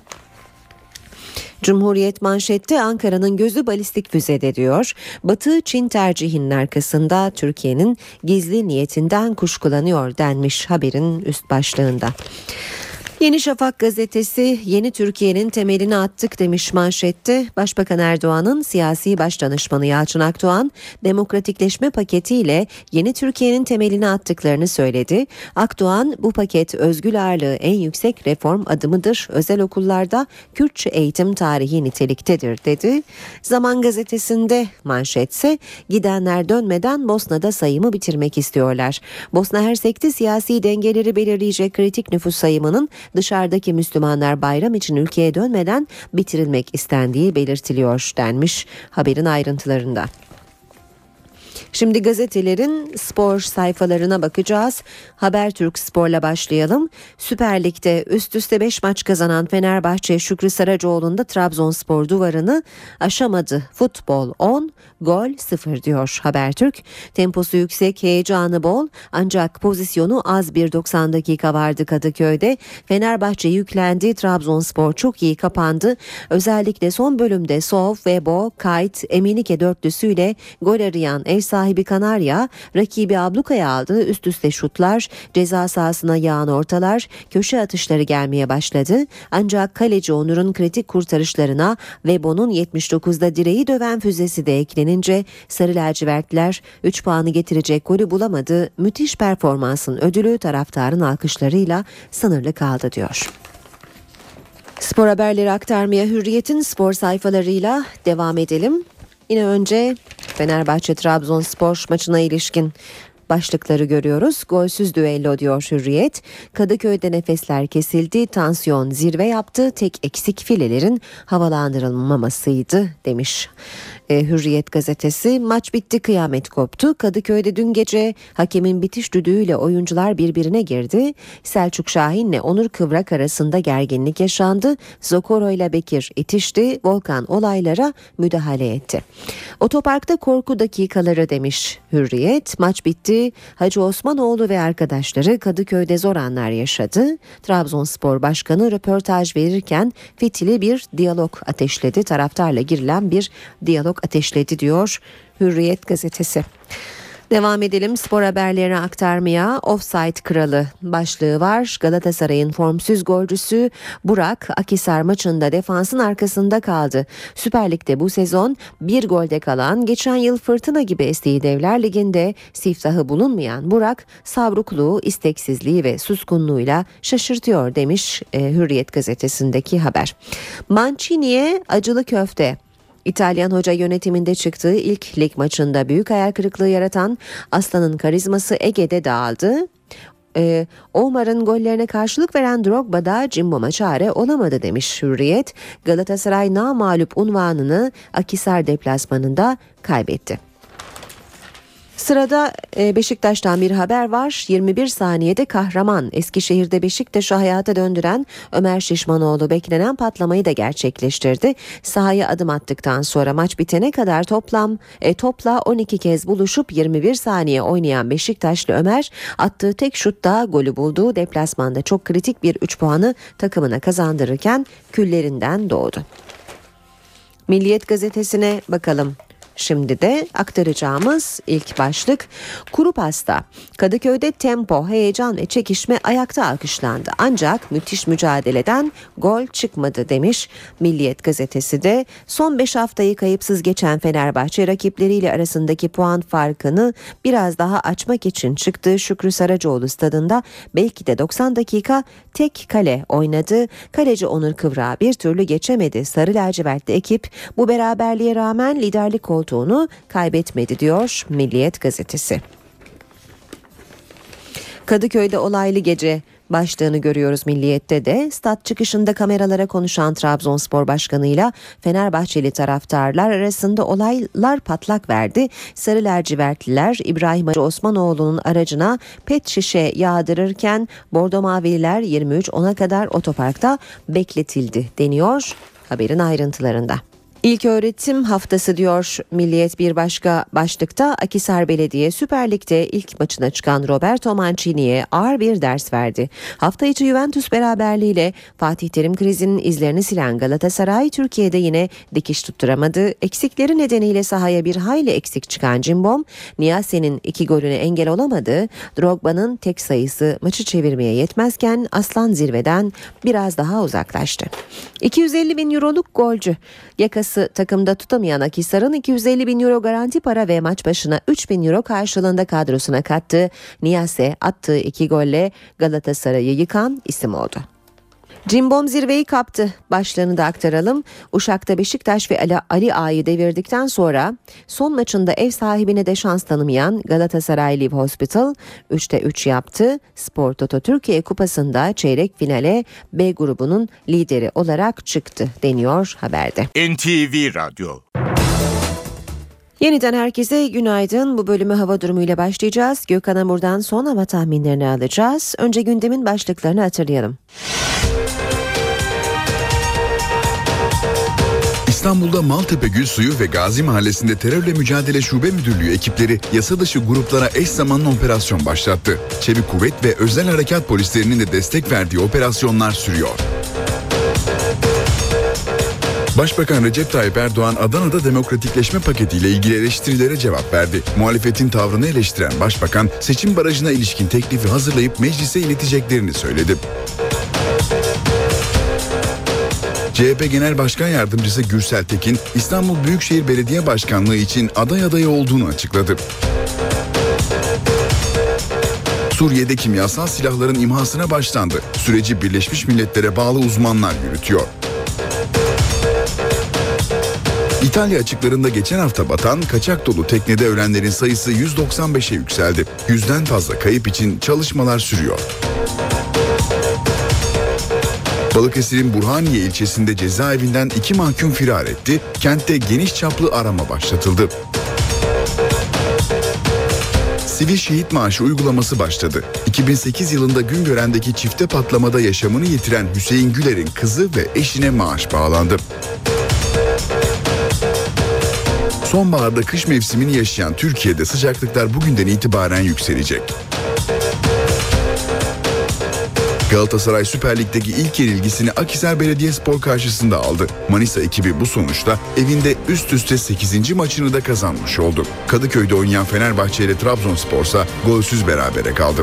Cumhuriyet manşette Ankara'nın gözü balistik füzede diyor. Batı Çin tercihinin arkasında Türkiye'nin gizli niyetinden kuşkulanıyor denmiş haberin üst başlığında. Yeni Şafak gazetesi yeni Türkiye'nin temelini attık demiş manşette. Başbakan Erdoğan'ın siyasi başdanışmanı Yalçın Akdoğan demokratikleşme paketiyle yeni Türkiye'nin temelini attıklarını söyledi. Akdoğan bu paket özgül ağırlığı en yüksek reform adımıdır. Özel okullarda Kürtçe eğitim tarihi niteliktedir dedi. Zaman gazetesinde manşetse gidenler dönmeden Bosna'da sayımı bitirmek istiyorlar. Bosna Hersek'te siyasi dengeleri belirleyecek kritik nüfus sayımının dışarıdaki Müslümanlar bayram için ülkeye dönmeden bitirilmek istendiği belirtiliyor denmiş haberin ayrıntılarında. Şimdi gazetelerin spor sayfalarına bakacağız. Habertürk Spor'la başlayalım. Süper Lig'de üst üste 5 maç kazanan Fenerbahçe Şükrü Saracoğlu'nda Trabzonspor duvarını aşamadı. Futbol 10, gol 0 diyor Habertürk. Temposu yüksek, heyecanı bol ancak pozisyonu az bir 90 dakika vardı Kadıköy'de. Fenerbahçe yüklendi, Trabzonspor çok iyi kapandı. Özellikle son bölümde Sov, Vebo, Kayt, Emenike dörtlüsüyle gol arayan ev sahibi Kanarya rakibi ablukaya aldı. Üst üste şutlar, ceza sahasına yağan ortalar, köşe atışları gelmeye başladı. Ancak kaleci Onur'un kritik kurtarışlarına Vebo'nun 79'da direği döven füzesi de eklenince Sarı Lacivertliler 3 puanı getirecek golü bulamadı. Müthiş performansın ödülü taraftarın alkışlarıyla sınırlı kaldı diyor. Spor haberleri aktarmaya Hürriyet'in spor sayfalarıyla devam edelim. Yine önce Fenerbahçe Trabzonspor maçına ilişkin başlıkları görüyoruz. Golsüz düello diyor Hürriyet. Kadıköy'de nefesler kesildi, tansiyon zirve yaptı. Tek eksik filelerin havalandırılmamasıydı demiş Hürriyet gazetesi. Maç bitti, kıyamet koptu. Kadıköy'de dün gece hakemin bitiş düdüğüyle oyuncular birbirine girdi. Selçuk Şahin'le Onur Kıvrak arasında gerginlik yaşandı. Zokoro ile Bekir itişti. Volkan olaylara müdahale etti. Otoparkta korku dakikaları demiş Hürriyet. Maç bitti. Hacı Osmanoğlu ve arkadaşları Kadıköy'de zor anlar yaşadı. Trabzonspor Başkanı röportaj verirken fitili bir diyalog ateşledi. Taraftarla girilen bir diyalog ateşledi diyor Hürriyet gazetesi. Devam edelim spor haberlerini aktarmaya. Offside kralı başlığı var. Galatasaray'ın formsuz golcüsü Burak Akhisar maçında defansın arkasında kaldı. Süper Lig'de bu sezon bir golde kalan, geçen yıl fırtına gibi estiği Devler Ligi'nde siftahı bulunmayan Burak savrukluğu, isteksizliği ve suskunluğuyla şaşırtıyor demiş Hürriyet gazetesindeki haber. Mancini'ye acılı köfte. İtalyan hoca yönetiminde çıktığı ilk lig maçında büyük hayal kırıklığı yaratan Aslan'ın karizması Ege'de dağıldı. Omar'ın gollerine karşılık veren Drogba da Cimbom'a çare olamadı demiş Hürriyet. Galatasaray namağlup unvanını Akhisar deplasmanında kaybetti. Sırada Beşiktaş'tan bir haber var. 21 saniyede kahraman Eskişehir'de Beşiktaş'ı hayata döndüren Ömer Şişmanoğlu beklenen patlamayı da gerçekleştirdi. Sahaya adım attıktan sonra maç bitene kadar topla 12 kez buluşup 21 saniye oynayan Beşiktaşlı Ömer attığı tek şutta golü buldu. Deplasmanda çok kritik bir 3 puanı takımına kazandırırken küllerinden doğdu. Milliyet gazetesine bakalım. Şimdi de aktaracağımız ilk başlık kuru pasta. Kadıköy'de tempo, heyecan ve çekişme ayakta alkışlandı. Ancak müthiş mücadeleden gol çıkmadı demiş Milliyet gazetesi de. Son 5 haftayı kayıpsız geçen Fenerbahçe rakipleriyle arasındaki puan farkını biraz daha açmak için çıktığı Şükrü Saracoğlu stadında belki de 90 dakika tek kale oynadı. Kaleci Onur Kıvrak'ı bir türlü geçemedi. Sarı lacivertli ekip bu beraberliğe rağmen liderlik koltuğunu kaybetmedi diyor Milliyet gazetesi. Kadıköy'de olaylı gece başlığını görüyoruz Milliyet'te de. Stat çıkışında kameralara konuşan Trabzonspor Başkanı'yla Fenerbahçeli taraftarlar arasında olaylar patlak verdi. Sarı lacivertliler İbrahim Hacı Osmanoğlu'nun aracına pet şişe yağdırırken Bordo Mavililer 23.10'a kadar otoparkta bekletildi deniyor haberin ayrıntılarında. İlk öğretim haftası diyor Milliyet bir başka başlıkta. Akhisar Belediye Süper Lig'de ilk maçına çıkan Roberto Mancini'ye ağır bir ders verdi. Hafta içi Juventus beraberliğiyle Fatih Terim krizinin izlerini silen Galatasaray Türkiye'de yine dikiş tutturamadı. Eksikleri nedeniyle sahaya bir hayli eksik çıkan Cimbom, Niase'nin 2 golüne engel olamadı. Drogba'nın tek sayısı maçı çevirmeye yetmezken Aslan zirveden biraz daha uzaklaştı. 250 bin euroluk golcü. Yakası takımda tutamayan Akhisar'ın 250 bin euro garanti para ve maç başına 3 bin euro karşılığında kadrosuna kattığı Niase attığı 2 golle Galatasaray'ı yıkan isim oldu. Cimbom zirveyi kaptı. Başlığını da aktaralım. Uşak'ta Beşiktaş ve Ali Ağa'yı devirdikten sonra son maçında ev sahibine de şans tanımayan Galatasaray Live Hospital 3'te 3 yaptı. Spor Toto Türkiye Kupası'nda çeyrek finale B grubunun lideri olarak çıktı deniyor haberde. NTV Radyo. Yeniden herkese günaydın. Bu bölümü hava durumuyla başlayacağız. Gökhan Amur'dan son hava tahminlerini alacağız. Önce gündemin başlıklarını hatırlayalım. İstanbul'da Maltepe Gülsuyu ve Gazi Mahallesi'nde terörle mücadele şube müdürlüğü ekipleri yasa dışı gruplara eş zamanlı operasyon başlattı. Çevik Kuvvet ve Özel Harekat Polislerinin de destek verdiği operasyonlar sürüyor. Başbakan Recep Tayyip Erdoğan Adana'da demokratikleşme paketiyle ilgili eleştirilere cevap verdi. Muhalefetin tavrını eleştiren Başbakan seçim barajına ilişkin teklifi hazırlayıp meclise ileteceklerini söyledi. CHP Genel Başkan Yardımcısı Gürsel Tekin, İstanbul Büyükşehir Belediye Başkanlığı için aday adayı olduğunu açıkladı. Suriye'de kimyasal silahların imhasına başlandı. Süreci Birleşmiş Milletler'e bağlı uzmanlar yürütüyor. İtalya açıklarında geçen hafta batan kaçak dolu teknede ölenlerin sayısı 195'e yükseldi. 100'den fazla kayıp için çalışmalar sürüyor. Balıkesir'in Burhaniye ilçesinde cezaevinden 2 mahkum firar etti. Kentte geniş çaplı arama başlatıldı. Sivil şehit maaşı uygulaması başladı. 2008 yılında Güngören'deki çifte patlamada yaşamını yitiren Hüseyin Güler'in kızı ve eşine maaş bağlandı. Sonbaharda kış mevsimini yaşayan Türkiye'de sıcaklıklar bugünden itibaren yükselecek. Galatasaray Süper Lig'deki ilk yenilgisini Akhisar Belediyespor karşısında aldı. Manisa ekibi bu sonuçta evinde üst üste 8. maçını da kazanmış oldu. Kadıköy'de oynayan Fenerbahçe ile Trabzonspor ise golsüz berabere kaldı.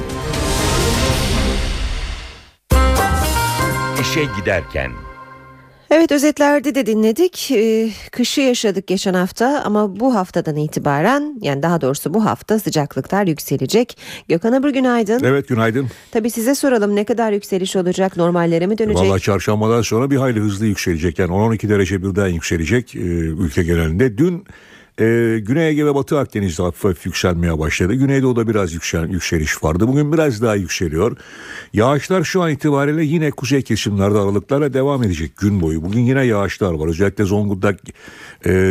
İşe giderken. Evet, özetlerde de dinledik. Kışı yaşadık geçen hafta ama bu haftadan itibaren, yani daha doğrusu bu hafta sıcaklıklar yükselecek. Gökhan Abur günaydın. Evet, günaydın. Tabii size soralım, ne kadar yükseliş olacak, normallere mi dönecek? Vallahi çarşambadan sonra bir hayli hızlı yükselecek, yani 10-12 derece birden yükselecek ülke genelinde. Dün Güney Ege ve Batı Akdeniz'de hafif yükselmeye başladı. Güneydoğu'da biraz yükseliş vardı. Bugün biraz daha yükseliyor. Yağışlar şu an itibariyle yine kuzey kesimlerde aralıklarla devam edecek gün boyu. Bugün yine yağışlar var. Özellikle Zonguldak,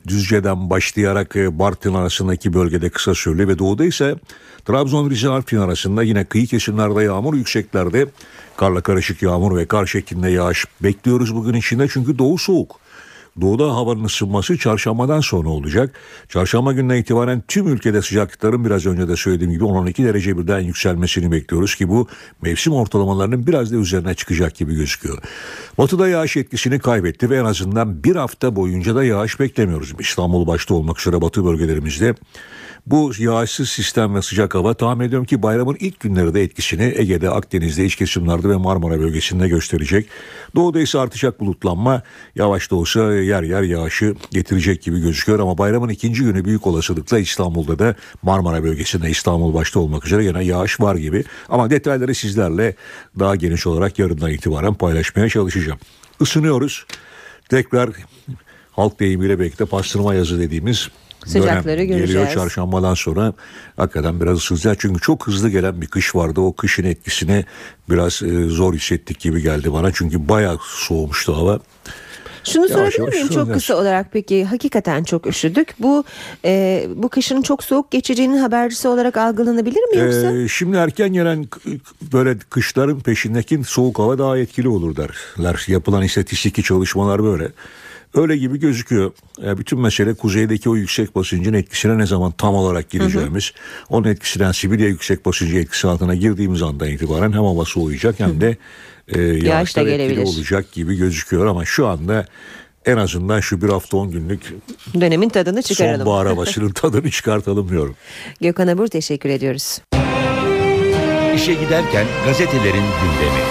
Düzce'den başlayarak Bartın arasındaki bölgede kısa süreli ve doğuda ise Trabzon, Rize, Artvin arasında yine kıyı kesimlerde yağmur, yükseklerde karla karışık yağmur ve kar şeklinde yağış bekliyoruz bugün içinde çünkü doğu soğuk. Doğuda havanın ısınması çarşambadan sonra olacak. Çarşamba gününe itibaren tüm ülkede sıcaklıkların biraz önce de söylediğim gibi 10-12 derece birden yükselmesini bekliyoruz ki bu mevsim ortalamalarının biraz da üzerine çıkacak gibi gözüküyor. Batıda yağış etkisini kaybetti ve en azından bir hafta boyunca da yağış beklemiyoruz. İstanbul başta olmak üzere batı bölgelerimizde bu yağışsız sistem ve sıcak hava tahmin ediyorum ki bayramın ilk günleri de etkisini Ege'de, Akdeniz'de, iç kesimlerde ve Marmara bölgesinde gösterecek. Doğuda ise artacak bulutlanma yavaş da olsa yer yer yağışı getirecek gibi gözüküyor ama bayramın ikinci günü büyük olasılıkla İstanbul'da da Marmara bölgesinde İstanbul başta olmak üzere yine yağış var gibi. Ama detayları sizlerle daha geniş olarak yarından itibaren paylaşmaya çalışacağım. Isınıyoruz. Tekrar halk deyimiyle belki de pastırma yazı dediğimiz sıcakları göreceğiz. Geliyor çarşambadan sonra hakikaten biraz ısınacak. Çünkü çok hızlı gelen bir kış vardı. O kışın etkisini biraz zor hissettik gibi geldi bana. Çünkü bayağı soğumuştu hava. Şunu sorabilir miyim çok kısa olarak peki hakikaten çok üşüdük. Bu kışın çok soğuk geçeceğinin habercisi olarak algılanabilir mi yoksa? Şimdi erken gelen böyle kışların peşindeki soğuk hava daha etkili olur derler. Yapılan istatistik çalışmalar böyle. Öyle gibi gözüküyor. Bütün mesele kuzeydeki o yüksek basıncın etkisine ne zaman tam olarak gireceğimiz. Onun etkisinden Sibirya yüksek basıncı etkisi altına girdiğimiz andan itibaren hem hava soğuyacak hem de yağışlar etkili olacak gibi gözüküyor. Ama şu anda en azından şu bir hafta 10 günlük dönemin tadını çıkaralım. Sonbahar havasının tadını çıkartalım diyorum. Gökhan Abur teşekkür ediyoruz. İşe giderken gazetelerin gündemi.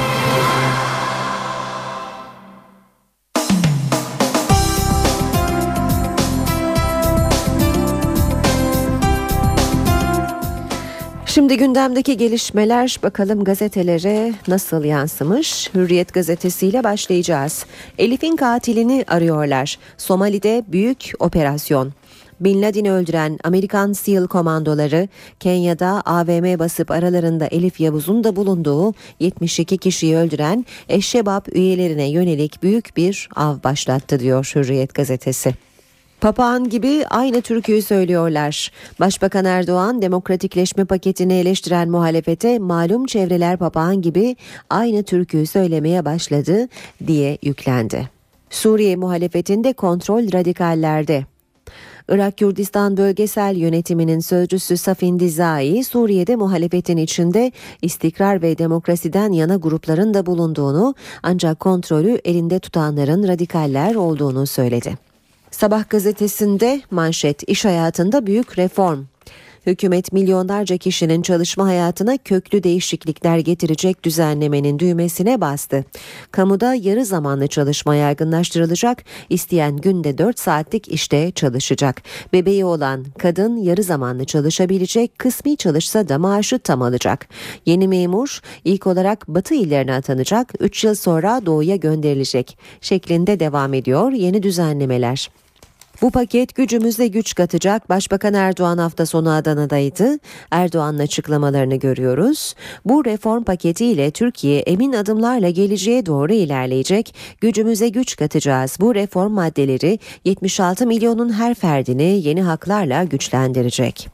Şimdi gündemdeki gelişmeler bakalım gazetelere nasıl yansımış? Hürriyet gazetesiyle başlayacağız. Elif'in katilini arıyorlar. Somali'de büyük operasyon. Bin Laden'i öldüren Amerikan SEAL komandoları Kenya'da AVM basıp aralarında Elif Yavuz'un da bulunduğu 72 kişiyi öldüren Eşşebab üyelerine yönelik büyük bir av başlattı diyor Hürriyet gazetesi. Papağan gibi aynı türküyü söylüyorlar. Başbakan Erdoğan demokratikleşme paketini eleştiren muhalefete malum çevreler papağan gibi aynı türküyü söylemeye başladı diye yüklendi. Suriye muhalefetinde kontrol radikallerde. Irak Kürdistan Bölgesel Yönetimi'nin sözcüsü Safin Dizai, Suriye'de muhalefetin içinde istikrar ve demokrasiden yana grupların da bulunduğunu ancak kontrolü elinde tutanların radikaller olduğunu söyledi. Sabah gazetesinde manşet iş hayatında büyük reform. Hükümet milyonlarca kişinin çalışma hayatına köklü değişiklikler getirecek düzenlemenin düğmesine bastı. Kamuda yarı zamanlı çalışma yaygınlaştırılacak, isteyen günde 4 saatlik işte çalışacak. Bebeği olan kadın yarı zamanlı çalışabilecek, kısmi çalışsa da maaşı tam alacak. Yeni memur ilk olarak Batı illerine atanacak, 3 yıl sonra doğuya gönderilecek şeklinde devam ediyor yeni düzenlemeler. Bu paket gücümüze güç katacak. Başbakan Erdoğan hafta sonu Adana'daydı. Erdoğan'ın açıklamalarını görüyoruz. Bu reform paketiyle Türkiye emin adımlarla geleceğe doğru ilerleyecek. Gücümüze güç katacağız. Bu reform maddeleri 76 milyonun her ferdini yeni haklarla güçlendirecek.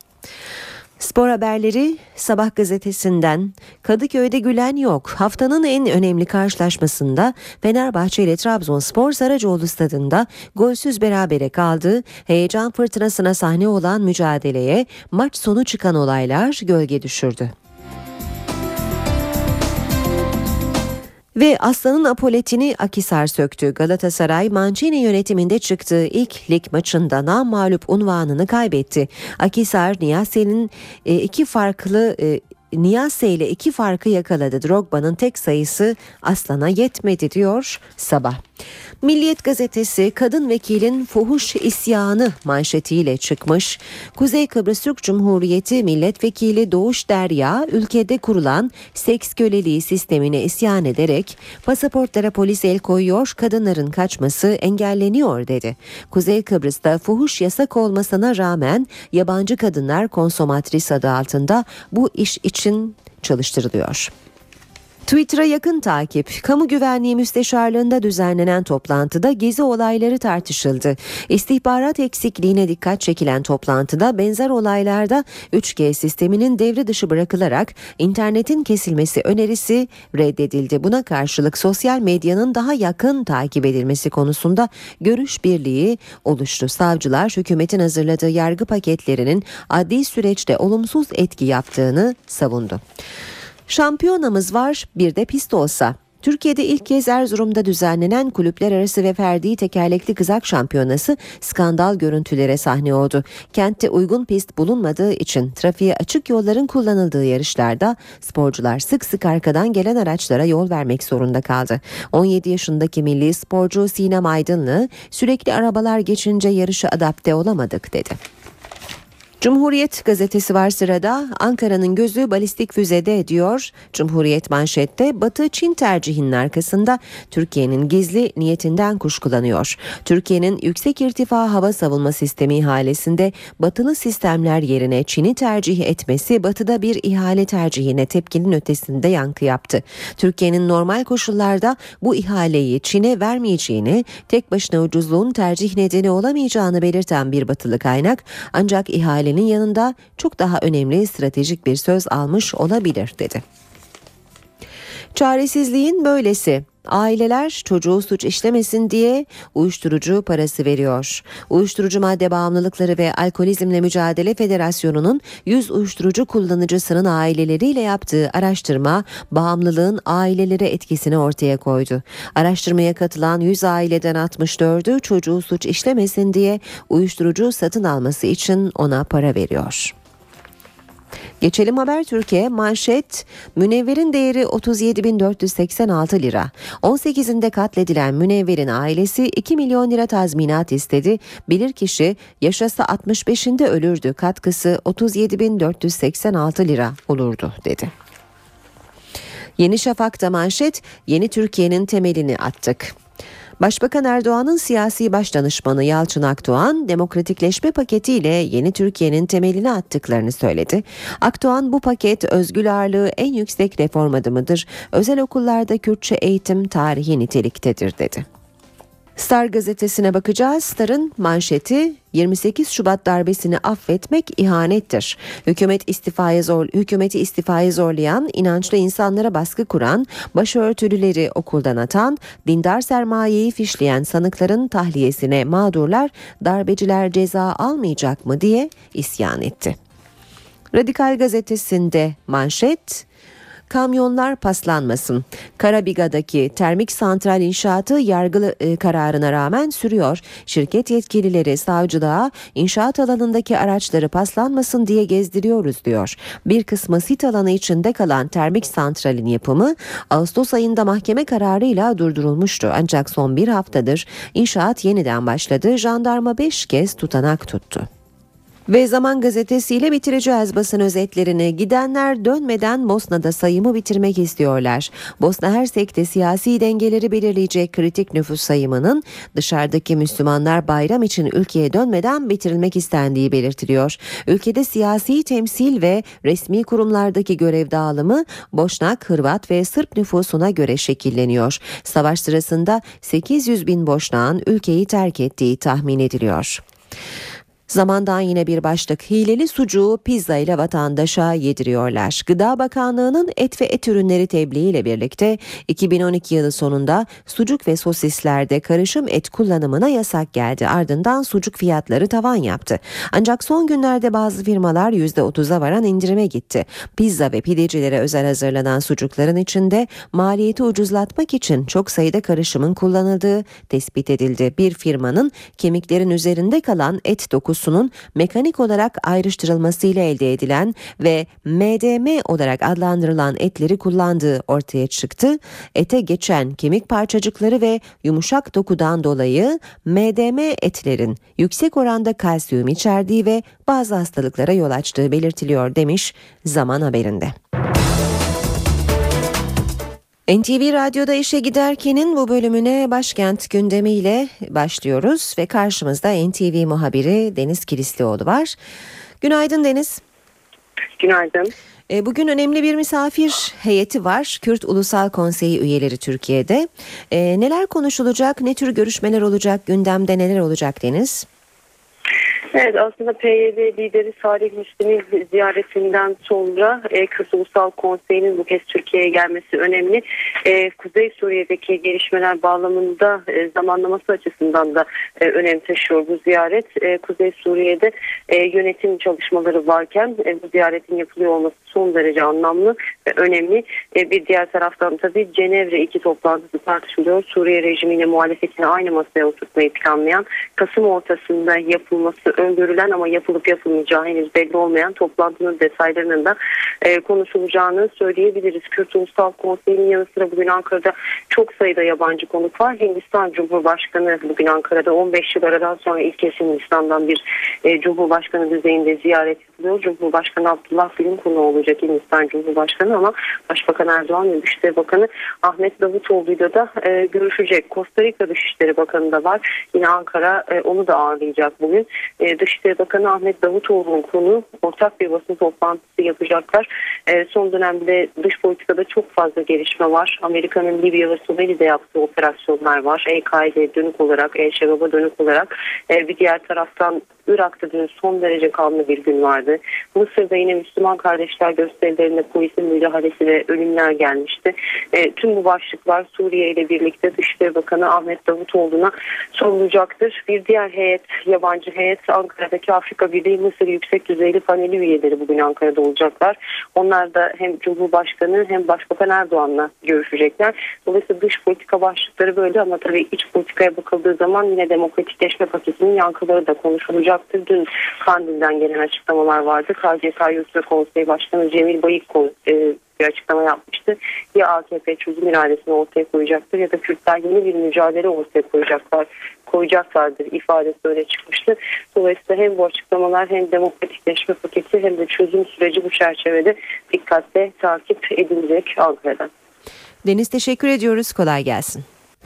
Spor haberleri Sabah gazetesinden. Kadıköy'de gülen yok. Haftanın en önemli karşılaşmasında Fenerbahçe ile Trabzonspor Saracoğlu stadında golsüz berabere kaldı. Heyecan fırtınasına sahne olan mücadeleye maç sonu çıkan olaylar gölge düşürdü. Ve Aslan'ın apoletini Akhisar söktü. Galatasaray Mancini yönetiminde çıktığı ilk lig maçında namağlup unvanını kaybetti. Akhisar Niyasse ile iki farkı yakaladı. Drogba'nın tek sayısı Aslan'a yetmedi diyor Sabah. Milliyet gazetesi kadın vekilin fuhuş isyanı manşetiyle çıkmış. Kuzey Kıbrıs Türk Cumhuriyeti milletvekili Doğuş Derya ülkede kurulan seks köleliği sistemine isyan ederek pasaportlara polis el koyuyor, kadınların kaçması engelleniyor dedi. Kuzey Kıbrıs'ta fuhuş yasak olmasına rağmen yabancı kadınlar konsomatris adı altında bu iş için çalıştırılıyor. Twitter'a yakın takip. Kamu Güvenliği Müsteşarlığı'nda düzenlenen toplantıda gezi olayları tartışıldı. İstihbarat eksikliğine dikkat çekilen toplantıda benzer olaylarda 3G sisteminin devre dışı bırakılarak internetin kesilmesi önerisi reddedildi. Buna karşılık sosyal medyanın daha yakın takip edilmesi konusunda görüş birliği oluştu. Savcılar hükümetin hazırladığı yargı paketlerinin adli süreçte olumsuz etki yaptığını savundu. Şampiyonamız var, bir de pist olsa. Türkiye'de ilk kez Erzurum'da düzenlenen kulüpler arası ve ferdi tekerlekli kızak şampiyonası skandal görüntülere sahne oldu. Kentte uygun pist bulunmadığı için trafiğe açık yolların kullanıldığı yarışlarda sporcular sık sık arkadan gelen araçlara yol vermek zorunda kaldı. 17 yaşındaki milli sporcu Sinem Aydınlı sürekli arabalar geçince yarışa adapte olamadık dedi. Cumhuriyet gazetesi var sırada. Ankara'nın gözü balistik füzede diyor. Cumhuriyet manşette Batı Çin tercihinin arkasında Türkiye'nin gizli niyetinden kuşkulanıyor. Türkiye'nin yüksek irtifa hava savunma sistemi ihalesinde batılı sistemler yerine Çin'i tercih etmesi Batı'da bir ihale tercihine tepkinin ötesinde yankı yaptı. Türkiye'nin normal koşullarda bu ihaleyi Çin'e vermeyeceğini, tek başına ucuzluğun tercih nedeni olamayacağını belirten bir batılı kaynak, ancak ihale yanında çok daha önemli stratejik bir söz almış olabilir dedi. Çaresizliğin böylesi. Aileler çocuğu suç işlemesin diye uyuşturucu parası veriyor. Uyuşturucu madde bağımlılıkları ve alkolizmle mücadele federasyonunun 100 uyuşturucu kullanıcısının aileleriyle yaptığı araştırma bağımlılığın ailelere etkisini ortaya koydu. Araştırmaya katılan 100 aileden 64'ü çocuğu suç işlemesin diye uyuşturucu satın alması için ona para veriyor. Geçelim Habertürk'e. Manşet, Münevver'in değeri 37.486 lira. 18'inde katledilen Münevver'in ailesi 2 milyon lira tazminat istedi. Bilirkişi yaşasa 65'inde ölürdü. Katkısı 37.486 lira olurdu dedi. Yeni Şafak'ta manşet, yeni Türkiye'nin temelini attık. Başbakan Erdoğan'ın siyasi başdanışmanı Yalçın Akdoğan, demokratikleşme paketiyle yeni Türkiye'nin temelini attıklarını söyledi. Akdoğan, bu paket özgür ağırlığı en yüksek reform adımıdır. Özel okullarda Kürtçe eğitim tarihi niteliktedir dedi. Star gazetesine bakacağız. Star'ın manşeti, 28 Şubat darbesini affetmek ihanettir. Hükümeti istifaya zorlayan, inançlı insanlara baskı kuran, başörtülüleri okuldan atan, dindar sermayeyi fişleyen sanıkların tahliyesine mağdurlar, darbeciler ceza almayacak mı diye isyan etti. Radikal gazetesinde manşet, kamyonlar paslanmasın. Karabiga'daki termik santral inşaatı yargı kararına rağmen sürüyor. Şirket yetkilileri savcılığa inşaat alanındaki araçları paslanmasın diye gezdiriyoruz diyor. Bir kısmı sit alanı içinde kalan termik santralin yapımı Ağustos ayında mahkeme kararıyla durdurulmuştu. Ancak son bir haftadır inşaat yeniden başladı. Jandarma 5 kez tutanak tuttu. Ve Zaman gazetesiyle bitireceğiz basın özetlerini. Gidenler dönmeden Bosna'da sayımı bitirmek istiyorlar. Bosna Hersek'te siyasi dengeleri belirleyecek kritik nüfus sayımının dışarıdaki Müslümanlar bayram için ülkeye dönmeden bitirilmek istendiği belirtiliyor. Ülkede siyasi temsil ve resmi kurumlardaki görev dağılımı Boşnak, Hırvat ve Sırp nüfusuna göre şekilleniyor. Savaş sırasında 800 bin Boşnak'ın ülkeyi terk ettiği tahmin ediliyor. Zamandan yine bir başlık, hileli sucuğu pizza ile vatandaşa yediriyorlar. Gıda Bakanlığı'nın et ve et ürünleri tebliğiyle birlikte 2012 yılı sonunda sucuk ve sosislerde karışım et kullanımına yasak geldi. Ardından sucuk fiyatları tavan yaptı. Ancak son günlerde bazı firmalar %30'a varan indirime gitti. Pizza ve pidecilere özel hazırlanan sucukların içinde maliyeti ucuzlatmak için çok sayıda karışımın kullanıldığı tespit edildi. Bir firmanın kemiklerin üzerinde kalan et dokusunun mekanik olarak ayrıştırılmasıyla elde edilen ve MDM olarak adlandırılan etleri kullandığı ortaya çıktı. Ete geçen kemik parçacıkları ve yumuşak dokudan dolayı MDM etlerin yüksek oranda kalsiyum içerdiği ve bazı hastalıklara yol açtığı belirtiliyor demiş Zaman haberinde. NTV Radyo'da işe giderkenin bu bölümüne başkent gündemiyle başlıyoruz ve karşımızda NTV muhabiri Deniz Kilislioğlu var. Günaydın Deniz. Günaydın. Bugün önemli bir misafir heyeti var. Kürt Ulusal Konseyi üyeleri Türkiye'de. Neler konuşulacak, ne tür görüşmeler olacak, gündemde neler olacak Deniz? Evet, aslında PYD lideri Salih Müslim'in ziyaretinden sonra Kürt Ulusal Konseyi'nin bu kez Türkiye'ye gelmesi önemli. Kuzey Suriye'deki gelişmeler bağlamında zamanlaması açısından da önem taşıyor bu ziyaret. Kuzey Suriye'de yönetim çalışmaları varken bu ziyaretin yapılıyor olması son derece anlamlı ve önemli. Bir diğer taraftan tabii Cenevre 2 toplantısı tartışılıyor. Suriye rejimiyle muhalefetini aynı masaya oturtmayı planlayan, Kasım ortasında yapılması öngörülen ama yapılıp yapılmayacağı henüz belli olmayan toplantının detaylarının da konuşulacağını söyleyebiliriz. Kürt Ulusal Konseyi'nin yanı sıra bugün Ankara'da çok sayıda yabancı konuk var. Hindistan Cumhurbaşkanı bugün Ankara'da 15 yıl aradan sonra ilk kez Hindistan'dan bir Cumhurbaşkanı düzeyinde ziyaret yapılıyor. Cumhurbaşkanı Abdullah Gül'ün konuğu olacak Hindistan Cumhurbaşkanı ama Başbakan Erdoğan ve Dışişleri Bakanı Ahmet Davutoğlu'yla da görüşecek. Costa Rica Dışişleri Bakanı da var. Yine Ankara onu da ağırlayacak bugün. Dışişleri Bakanı Ahmet Davutoğlu'nun konuğu ortak bir basın toplantısı yapacaklar. Son dönemde dış politikada çok fazla gelişme var. Amerika'nın Libya ve Somali'de yaptığı operasyonlar var. El-Kaide'ye dönük olarak, El-Şebab'a dönük olarak bir diğer taraftan Irak'ta dün son derece kanlı bir gün vardı. Mısır'da yine Müslüman kardeşler gösterilerinde polisin müdahalesi ve ölümler gelmişti. Tüm bu başlıklar Suriye ile birlikte Dışişleri Bakanı Ahmet Davutoğlu'na sorulacaktır. Bir diğer heyet, yabancı heyet Ankara'daki Afrika Birliği Mısır Yüksek Düzeyli Paneli üyeleri bugün Ankara'da olacaklar. Onlar da hem Cumhurbaşkanı hem Başbakan Erdoğan'la görüşecekler. Dolayısıyla dış politika başlıkları böyle ama tabii iç politikaya bakıldığı zaman yine demokratikleşme paketinin yankıları da konuşulacak. Dün Kandil'den gelen açıklamalar vardı. KCK Yurtta Konseyi Başkanı Cemil Bayık bir açıklama yapmıştı. Ya AKP çözüm iradesini ortaya koyacaktır ya da Kürtler yeni bir mücadele ortaya koyacaklardır ifadesi öyle çıkmıştı. Dolayısıyla hem bu açıklamalar hem demokratikleşme paketi hem de çözüm süreci bu çerçevede dikkatle takip edilecek Ankara'dan. Deniz teşekkür ediyoruz. Kolay gelsin.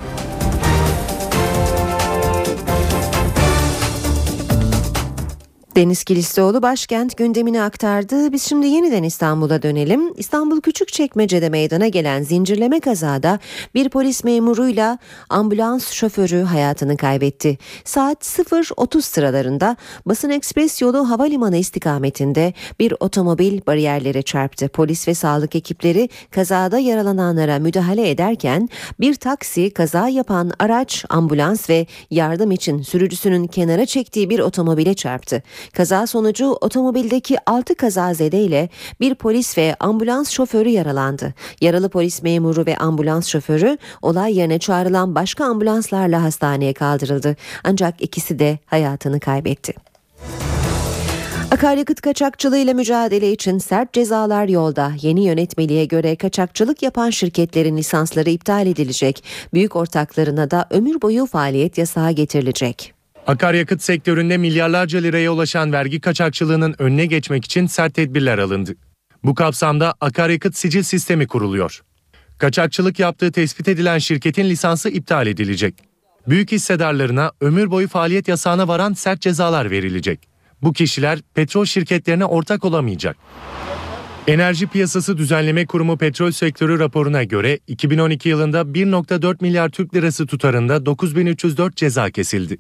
Deniz Kilislioğlu başkent gündemini aktardı. Biz şimdi yeniden İstanbul'a dönelim. İstanbul Küçükçekmece'de meydana gelen zincirleme kazada bir polis memuruyla ambulans şoförü hayatını kaybetti. Saat 0.30 sıralarında Basın Ekspres yolu havalimanı istikametinde bir otomobil bariyerlere çarptı. Polis ve sağlık ekipleri kazada yaralananlara müdahale ederken bir taksi, kaza yapan araç, ambulans ve yardım için sürücüsünün kenara çektiği bir otomobile çarptı. Kaza sonucu otomobildeki 6 kazazedeyle bir polis ve ambulans şoförü yaralandı. Yaralı polis memuru ve ambulans şoförü olay yerine çağrılan başka ambulanslarla hastaneye kaldırıldı. Ancak ikisi de hayatını kaybetti. Akaryakıt kaçakçılığıyla mücadele için sert cezalar yolda. Yeni yönetmeliğe göre kaçakçılık yapan şirketlerin lisansları iptal edilecek. Büyük ortaklarına da ömür boyu faaliyet yasağı getirilecek. Akaryakıt sektöründe milyarlarca liraya ulaşan vergi kaçakçılığının önüne geçmek için sert tedbirler alındı. Bu kapsamda akaryakıt sicil sistemi kuruluyor. Kaçakçılık yaptığı tespit edilen şirketin lisansı iptal edilecek. Büyük hissedarlarına ömür boyu faaliyet yasağına varan sert cezalar verilecek. Bu kişiler petrol şirketlerine ortak olamayacak. Enerji Piyasası Düzenleme Kurumu petrol sektörü raporuna göre 2012 yılında 1.4 milyar Türk lirası tutarında 9.304 ceza kesildi.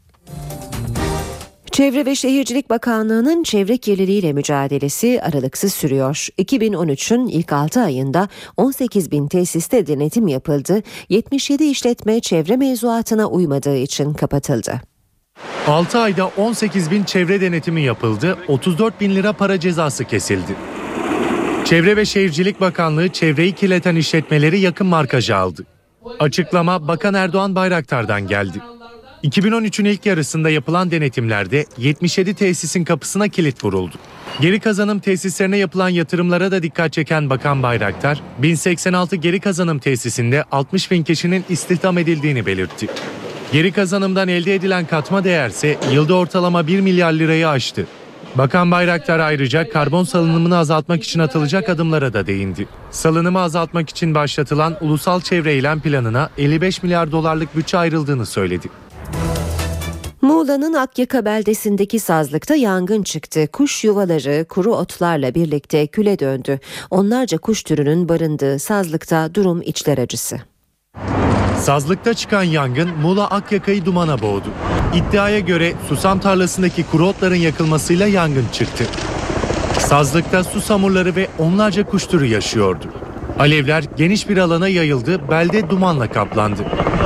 Çevre ve Şehircilik Bakanlığı'nın çevre kirliliğiyle mücadelesi aralıksız sürüyor. 2013'ün ilk 6 ayında 18.000 tesiste denetim yapıldı. 77 işletme çevre mevzuatına uymadığı için kapatıldı. 6 ayda 18.000 çevre denetimi yapıldı, 34.000 lira para cezası kesildi. Çevre ve Şehircilik Bakanlığı çevreyi kirleten işletmeleri yakın markaja aldı. Açıklama Bakan Erdoğan Bayraktar'dan geldi. 2013'ün ilk yarısında yapılan denetimlerde 77 tesisin kapısına kilit vuruldu. Geri kazanım tesislerine yapılan yatırımlara da dikkat çeken Bakan Bayraktar, 1086 geri kazanım tesisinde 60.000 kişinin istihdam edildiğini belirtti. Geri kazanımdan elde edilen katma değerse yılda ortalama 1 milyar lirayı aştı. Bakan Bayraktar ayrıca karbon salınımını azaltmak için atılacak adımlara da değindi. Salınımı azaltmak için başlatılan Ulusal Çevre Eylem Planı'na 55 milyar dolarlık bütçe ayrıldığını söyledi. Muğla'nın Akyaka beldesindeki sazlıkta yangın çıktı. Kuş yuvaları kuru otlarla birlikte küle döndü. Onlarca kuş türünün barındığı sazlıkta durum içler acısı. Sazlıkta çıkan yangın Muğla Akyaka'yı dumana boğdu. İddiaya göre susam tarlasındaki kuru otların yakılmasıyla yangın çıktı. Sazlıkta susamurları ve onlarca kuş türü yaşıyordu. Alevler geniş bir alana yayıldı, belde dumanla kaplandı.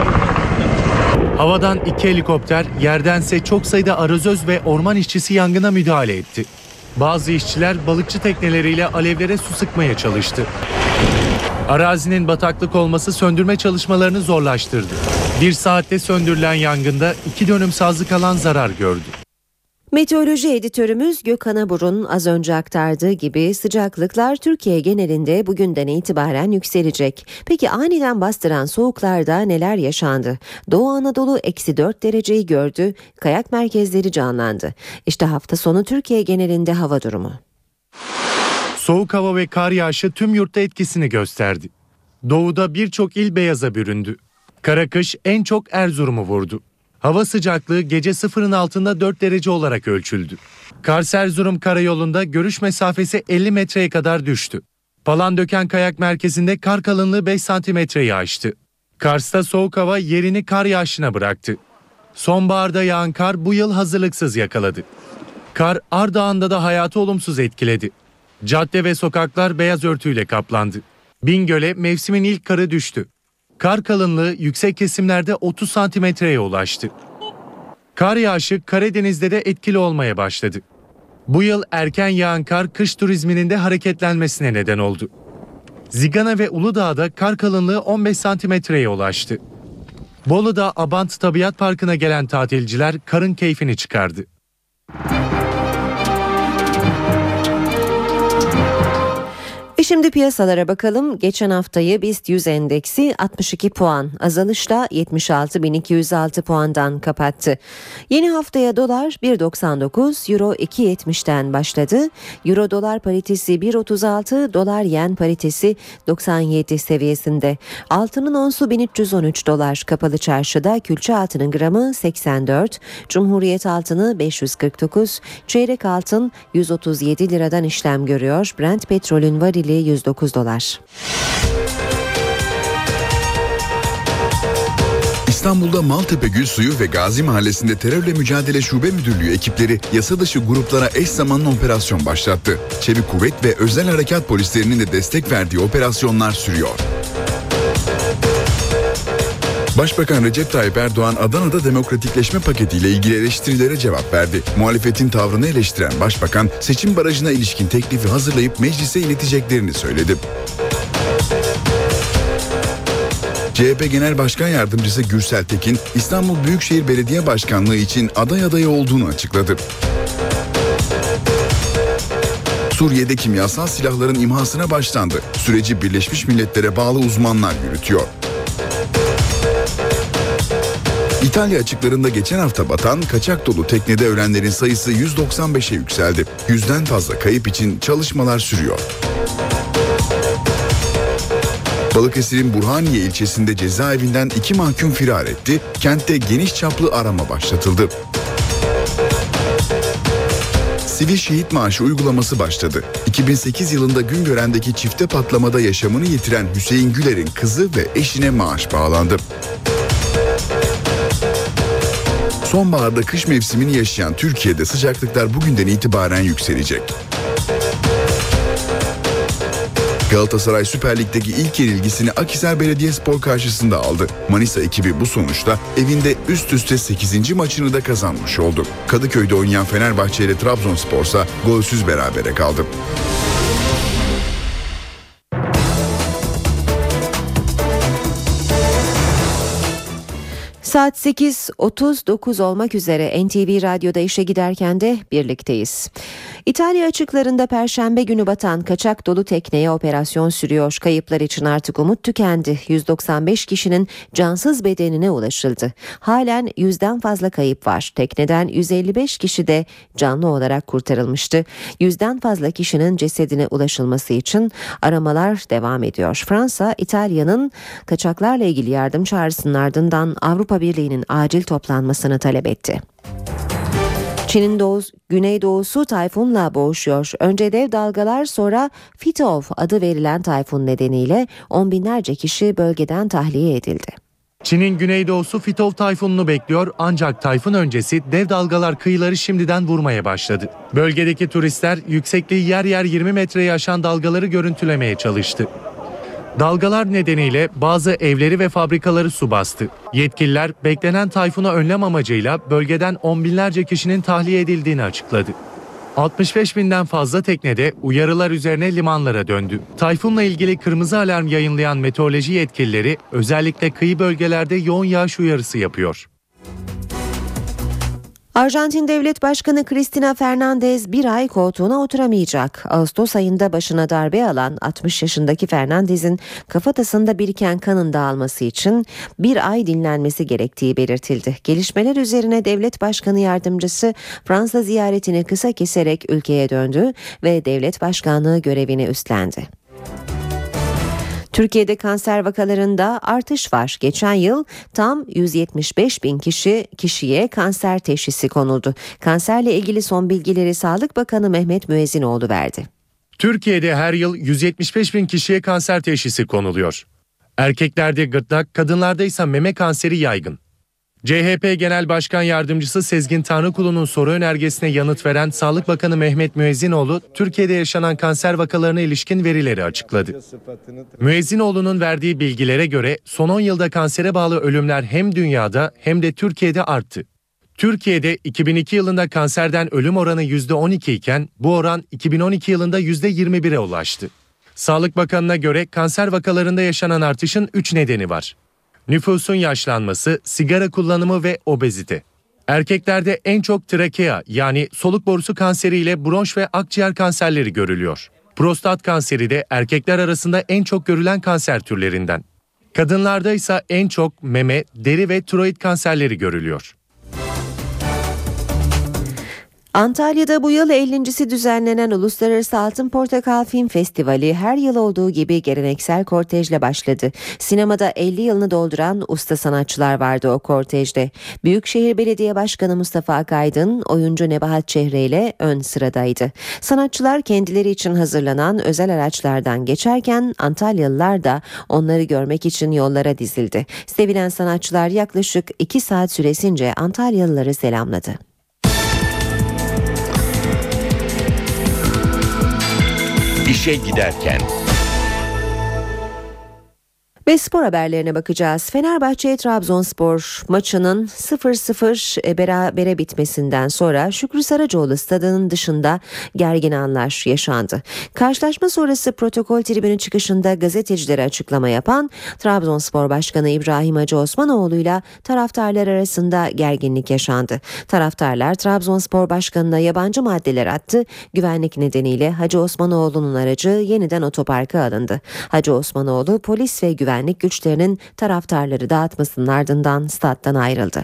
Havadan 2 helikopter, yerdense çok sayıda arazöz ve orman işçisi yangına müdahale etti. Bazı işçiler balıkçı tekneleriyle alevlere su sıkmaya çalıştı. Arazinin bataklık olması söndürme çalışmalarını zorlaştırdı. 1 saatte söndürülen yangında 2 dönüm sazlık alan zarar gördü. Meteoroloji editörümüz Gökhan Abur'un az önce aktardığı gibi sıcaklıklar Türkiye genelinde bugünden itibaren yükselecek. Peki aniden bastıran soğuklarda neler yaşandı? Doğu Anadolu -4 dereceyi gördü, kayak merkezleri canlandı. İşte hafta sonu Türkiye genelinde hava durumu. Soğuk hava ve kar yağışı tüm yurtta etkisini gösterdi. Doğuda birçok il beyaza büründü. Kara kış en çok Erzurum'u vurdu. Hava sıcaklığı gece sıfırın altında 4 derece olarak ölçüldü. Kars-Erzurum karayolunda görüş mesafesi 50 metreye kadar düştü. Palandöken Kayak Merkezi'nde kar kalınlığı 5 santimetreyi aştı. Kars'ta soğuk hava yerini kar yağışına bıraktı. Sonbaharda yağan kar bu yıl hazırlıksız yakaladı. Kar Ardahan'da da hayatı olumsuz etkiledi. Cadde ve sokaklar beyaz örtüyle kaplandı. Bingöl'e mevsimin ilk karı düştü. Kar kalınlığı yüksek kesimlerde 30 santimetreye ulaştı. Kar yağışı Karadeniz'de de etkili olmaya başladı. Bu yıl erken yağan kar kış turizminin de hareketlenmesine neden oldu. Zigana ve Uludağ'da kar kalınlığı 15 santimetreye ulaştı. Bolu'da Abant Tabiat Parkı'na gelen tatilciler karın keyfini çıkardı. Şimdi piyasalara bakalım. Geçen haftayı BIST 100 endeksi 62 puan azalışla 76.206 puandan kapattı. Yeni haftaya dolar 1.99, euro 2.70'ten başladı. Euro dolar paritesi 1.36, dolar yen paritesi 97 seviyesinde. Altının onsu 1313 dolar. Kapalı çarşıda külçe altının gramı 84, Cumhuriyet altını 549, çeyrek altın 137 liradan işlem görüyor. Brent petrolün varili 109 dolar. İstanbul'da Maltepe Gülsuyu ve Gazi Mahallesi'nde terörle mücadele şube müdürlüğü ekipleri yasa dışı gruplara eş zamanlı operasyon başlattı. Çevik Kuvvet ve Özel Harekat Polislerinin de destek verdiği operasyonlar sürüyor. Başbakan Recep Tayyip Erdoğan Adana'da demokratikleşme paketiyle ilgili eleştirilere cevap verdi. Muhalefetin tavrını eleştiren Başbakan seçim barajına ilişkin teklifi hazırlayıp meclise ileteceklerini söyledi. CHP Genel Başkan Yardımcısı Gürsel Tekin, İstanbul Büyükşehir Belediye Başkanlığı için aday adayı olduğunu açıkladı. Suriye'de kimyasal silahların imhasına başlandı. Süreci Birleşmiş Milletler'e bağlı uzmanlar yürütüyor. İtalya açıklarında geçen hafta batan kaçak dolu teknede ölenlerin sayısı 195'e yükseldi. 100'den fazla kayıp için çalışmalar sürüyor. Balıkesir'in Burhaniye ilçesinde cezaevinden 2 mahkum firar etti. Kentte geniş çaplı arama başlatıldı. Sivil şehit maaşı uygulaması başladı. 2008 yılında Güngören'deki çifte patlamada yaşamını yitiren Hüseyin Güler'in kızı ve eşine maaş bağlandı. Sonbaharda kış mevsimini yaşayan Türkiye'de sıcaklıklar bugünden itibaren yükselecek. Galatasaray Süper Lig'deki ilk yenilgisini Akhisar Belediyespor karşısında aldı. Manisa ekibi bu sonuçta evinde üst üste 8. maçını da kazanmış oldu. Kadıköy'de oynayan Fenerbahçe ile Trabzonspor'sa golsüz berabere kaldı. Saat 8.39 olmak üzere NTV Radyo'da işe giderken de birlikteyiz. İtalya açıklarında Perşembe günü batan kaçak dolu tekneye operasyon sürüyor. Kayıplar için artık umut tükendi. 195 kişinin cansız bedenine ulaşıldı. Halen 100'den fazla kayıp var. Tekneden 155 kişi de canlı olarak kurtarılmıştı. 100'den fazla kişinin cesedine ulaşılması için aramalar devam ediyor. Fransa, İtalya'nın kaçaklarla ilgili yardım çağrısının ardından Avrupa Birliği'nin acil toplanmasını talep etti. Çin'in güneydoğusu tayfunla boğuşuyor. Önce dev dalgalar, sonra Fitov adı verilen tayfun nedeniyle on binlerce kişi bölgeden tahliye edildi. Çin'in güneydoğusu Fitov tayfununu bekliyor ancak tayfun öncesi dev dalgalar kıyıları şimdiden vurmaya başladı. Bölgedeki turistler yüksekliği yer yer 20 metreyi aşan dalgaları görüntülemeye çalıştı. Dalgalar nedeniyle bazı evleri ve fabrikaları su bastı. Yetkililer beklenen tayfunu önlem amacıyla bölgeden on binlerce kişinin tahliye edildiğini açıkladı. 65 binden fazla teknede uyarılar üzerine limanlara döndü. Tayfunla ilgili kırmızı alarm yayınlayan meteoroloji yetkilileri özellikle kıyı bölgelerde yoğun yağış uyarısı yapıyor. Arjantin Devlet Başkanı Cristina Fernández bir ay koltuğuna oturamayacak. Ağustos ayında başına darbe alan 60 yaşındaki Fernández'in kafatasında biriken kanın dağılması için bir ay dinlenmesi gerektiği belirtildi. Gelişmeler üzerine Devlet Başkanı Yardımcısı Fransa ziyaretini kısa keserek ülkeye döndü ve devlet başkanlığı görevini üstlendi. Türkiye'de kanser vakalarında artış var. Geçen yıl tam 175 bin kişiye kanser teşhisi konuldu. Kanserle ilgili son bilgileri Sağlık Bakanı Mehmet Müezzinoğlu verdi. Türkiye'de her yıl 175 bin kişiye kanser teşhisi konuluyor. Erkeklerde gırtlak, kadınlarda ise meme kanseri yaygın. CHP Genel Başkan Yardımcısı Sezgin Tanrıkulu'nun soru önergesine yanıt veren Sağlık Bakanı Mehmet Müezzinoğlu, Türkiye'de yaşanan kanser vakalarına ilişkin verileri açıkladı. Müezzinoğlu'nun verdiği bilgilere göre son 10 yılda kansere bağlı ölümler hem dünyada hem de Türkiye'de arttı. Türkiye'de 2002 yılında kanserden ölüm oranı %12 iken bu oran 2012 yılında %21'e ulaştı. Sağlık Bakanı'na göre kanser vakalarında yaşanan artışın 3 nedeni var. Nüfusun yaşlanması, sigara kullanımı ve obezite. Erkeklerde en çok trakea yani soluk borusu kanseriyle bronş ve akciğer kanserleri görülüyor. Prostat kanseri de erkekler arasında en çok görülen kanser türlerinden. Kadınlarda ise en çok meme, deri ve tiroid kanserleri görülüyor. Antalya'da bu yıl 50.si düzenlenen Uluslararası Altın Portakal Film Festivali her yıl olduğu gibi geleneksel kortejle başladı. Sinemada 50 yılını dolduran usta sanatçılar vardı o kortejde. Büyükşehir Belediye Başkanı Mustafa Akaydın, oyuncu Nebahat Çehre ile ön sıradaydı. Sanatçılar kendileri için hazırlanan özel araçlardan geçerken Antalyalılar da onları görmek için yollara dizildi. Sevilen sanatçılar yaklaşık 2 saat süresince Antalyalıları selamladı. İşe giderken. Ve spor haberlerine bakacağız. Fenerbahçe-Trabzonspor maçının 0-0 berabere bitmesinden sonra Şükrü Saracoğlu stadının dışında gergin anlar yaşandı. Karşılaşma sonrası protokol tribünü çıkışında gazetecilere açıklama yapan Trabzonspor Başkanı İbrahim Hacı Osmanoğlu'yla taraftarlar arasında gerginlik yaşandı. Taraftarlar Trabzonspor Başkanı'na yabancı maddeler attı. Güvenlik nedeniyle Hacı Osmanoğlu'nun aracı yeniden otoparka alındı. Hacı Osmanoğlu polis ve güvenlik güçlerinin taraftarları dağıtmasının ardından stat'tan ayrıldı.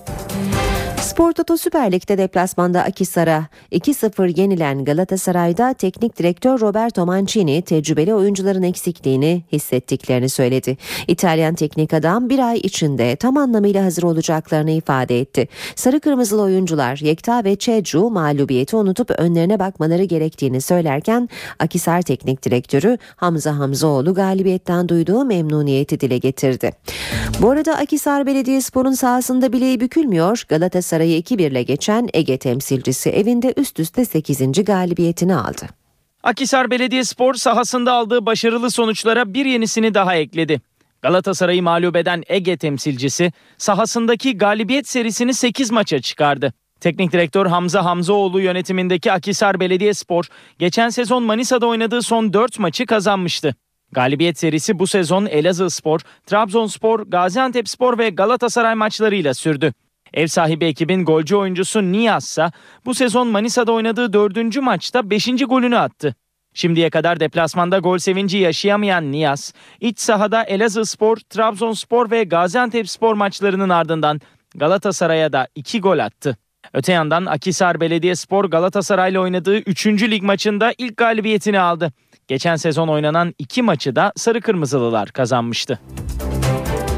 Spor Toto Süper Lig'de deplasmanda Akhisar'a 2-0 yenilen Galatasaray'da teknik direktör Roberto Mancini tecrübeli oyuncuların eksikliğini hissettiklerini söyledi. İtalyan teknik adam bir ay içinde tam anlamıyla hazır olacaklarını ifade etti. Sarı kırmızılı oyuncular Yekta ve Çecu mağlubiyeti unutup önlerine bakmaları gerektiğini söylerken Akhisar teknik direktörü Hamza Hamzoğlu galibiyetten duyduğu memnuniyeti dile getirdi. Bu arada Akhisar Belediyespor'un sahasında bileği bükülmüyor. Galatasaray'ı 2-1'le geçen Ege temsilcisi evinde üst üste 8. galibiyetini aldı. Akhisar Belediyespor sahasında aldığı başarılı sonuçlara bir yenisini daha ekledi. Galatasaray'ı mağlup eden Ege temsilcisi sahasındaki galibiyet serisini 8 maça çıkardı. Teknik direktör Hamza Hamzoğlu yönetimindeki Akhisar Belediyespor geçen sezon Manisa'da oynadığı son 4 maçı kazanmıştı. Galibiyet serisi bu sezon Elazığspor, Trabzonspor, Gaziantepspor ve Galatasaray maçlarıyla sürdü. Ev sahibi ekibin golcü oyuncusu Niyaz ise bu sezon Manisa'da oynadığı 4. maçta 5. golünü attı. Şimdiye kadar deplasmanda gol sevinci yaşayamayan Niyaz, iç sahada Elazığspor, Trabzonspor ve Gaziantepspor maçlarının ardından Galatasaray'a da 2 gol attı. Öte yandan Akhisar Belediyespor Galatasaray'la oynadığı 3. lig maçında ilk galibiyetini aldı. Geçen sezon oynanan 2 maçı da Sarı Kırmızılılar kazanmıştı.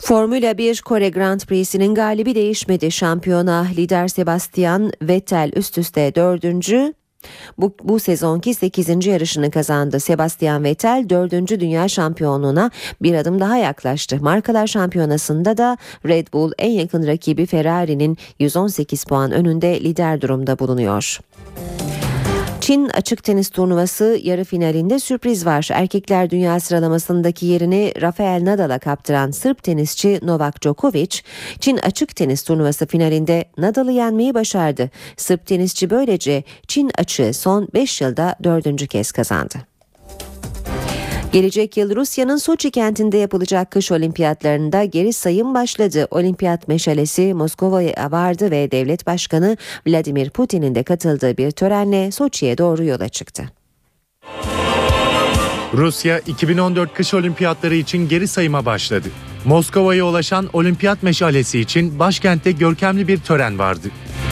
Formula 1 Kore Grand Prix'sinin galibi değişmedi. Şampiyona lider Sebastian Vettel üst üste 4. Bu sezonki 8. yarışını kazandı. Sebastian Vettel 4. dünya şampiyonluğuna bir adım daha yaklaştı. Markalar Şampiyonası'nda da Red Bull en yakın rakibi Ferrari'nin 118 puan önünde lider durumda bulunuyor. Çin açık tenis turnuvası yarı finalinde sürpriz var. Erkekler dünya sıralamasındaki yerini Rafael Nadal'a kaptıran Sırp tenisçi Novak Djokovic, Çin açık tenis turnuvası finalinde Nadal'ı yenmeyi başardı. Sırp tenisçi böylece Çin açığı son 5 yılda 4. kez kazandı. Gelecek yıl Rusya'nın Soçi kentinde yapılacak kış olimpiyatlarında geri sayım başladı. Olimpiyat meşalesi Moskova'ya vardı ve devlet başkanı Vladimir Putin'in de katıldığı bir törenle Soçi'ye doğru yola çıktı. Rusya 2014 kış olimpiyatları için geri sayıma başladı. Moskova'ya ulaşan olimpiyat meşalesi için başkentte görkemli bir tören vardı.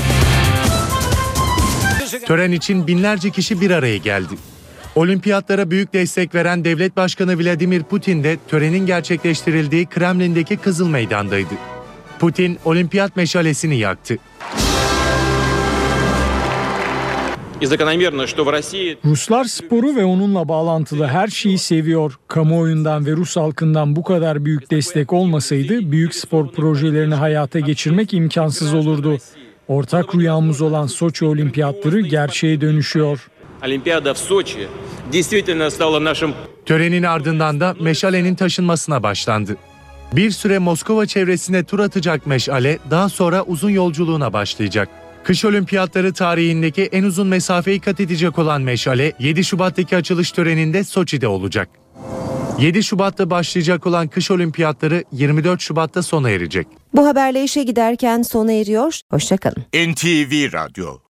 Tören için binlerce kişi bir araya geldi. Olimpiyatlara büyük destek veren devlet başkanı Vladimir Putin de törenin gerçekleştirildiği Kremlin'deki Kızıl Meydan'daydı. Putin olimpiyat meşalesini yaktı. Ruslar sporu ve onunla bağlantılı her şeyi seviyor. Kamuoyundan ve Rus halkından bu kadar büyük destek olmasaydı büyük spor projelerini hayata geçirmek imkansız olurdu. Ortak rüyamız olan Soçi Olimpiyatları gerçeğe dönüşüyor. Törenin ardından da meşalenin taşınmasına başlandı. Bir süre Moskova çevresine tur atacak meşale daha sonra uzun yolculuğuna başlayacak. Kış olimpiyatları tarihindeki en uzun mesafeyi kat edecek olan meşale 7 Şubat'taki açılış töreninde Soçi'de olacak. 7 Şubat'ta başlayacak olan kış olimpiyatları 24 Şubat'ta sona erecek. Bu haberle işe giderken sona eriyor. Hoşça kalın. NTV Radyo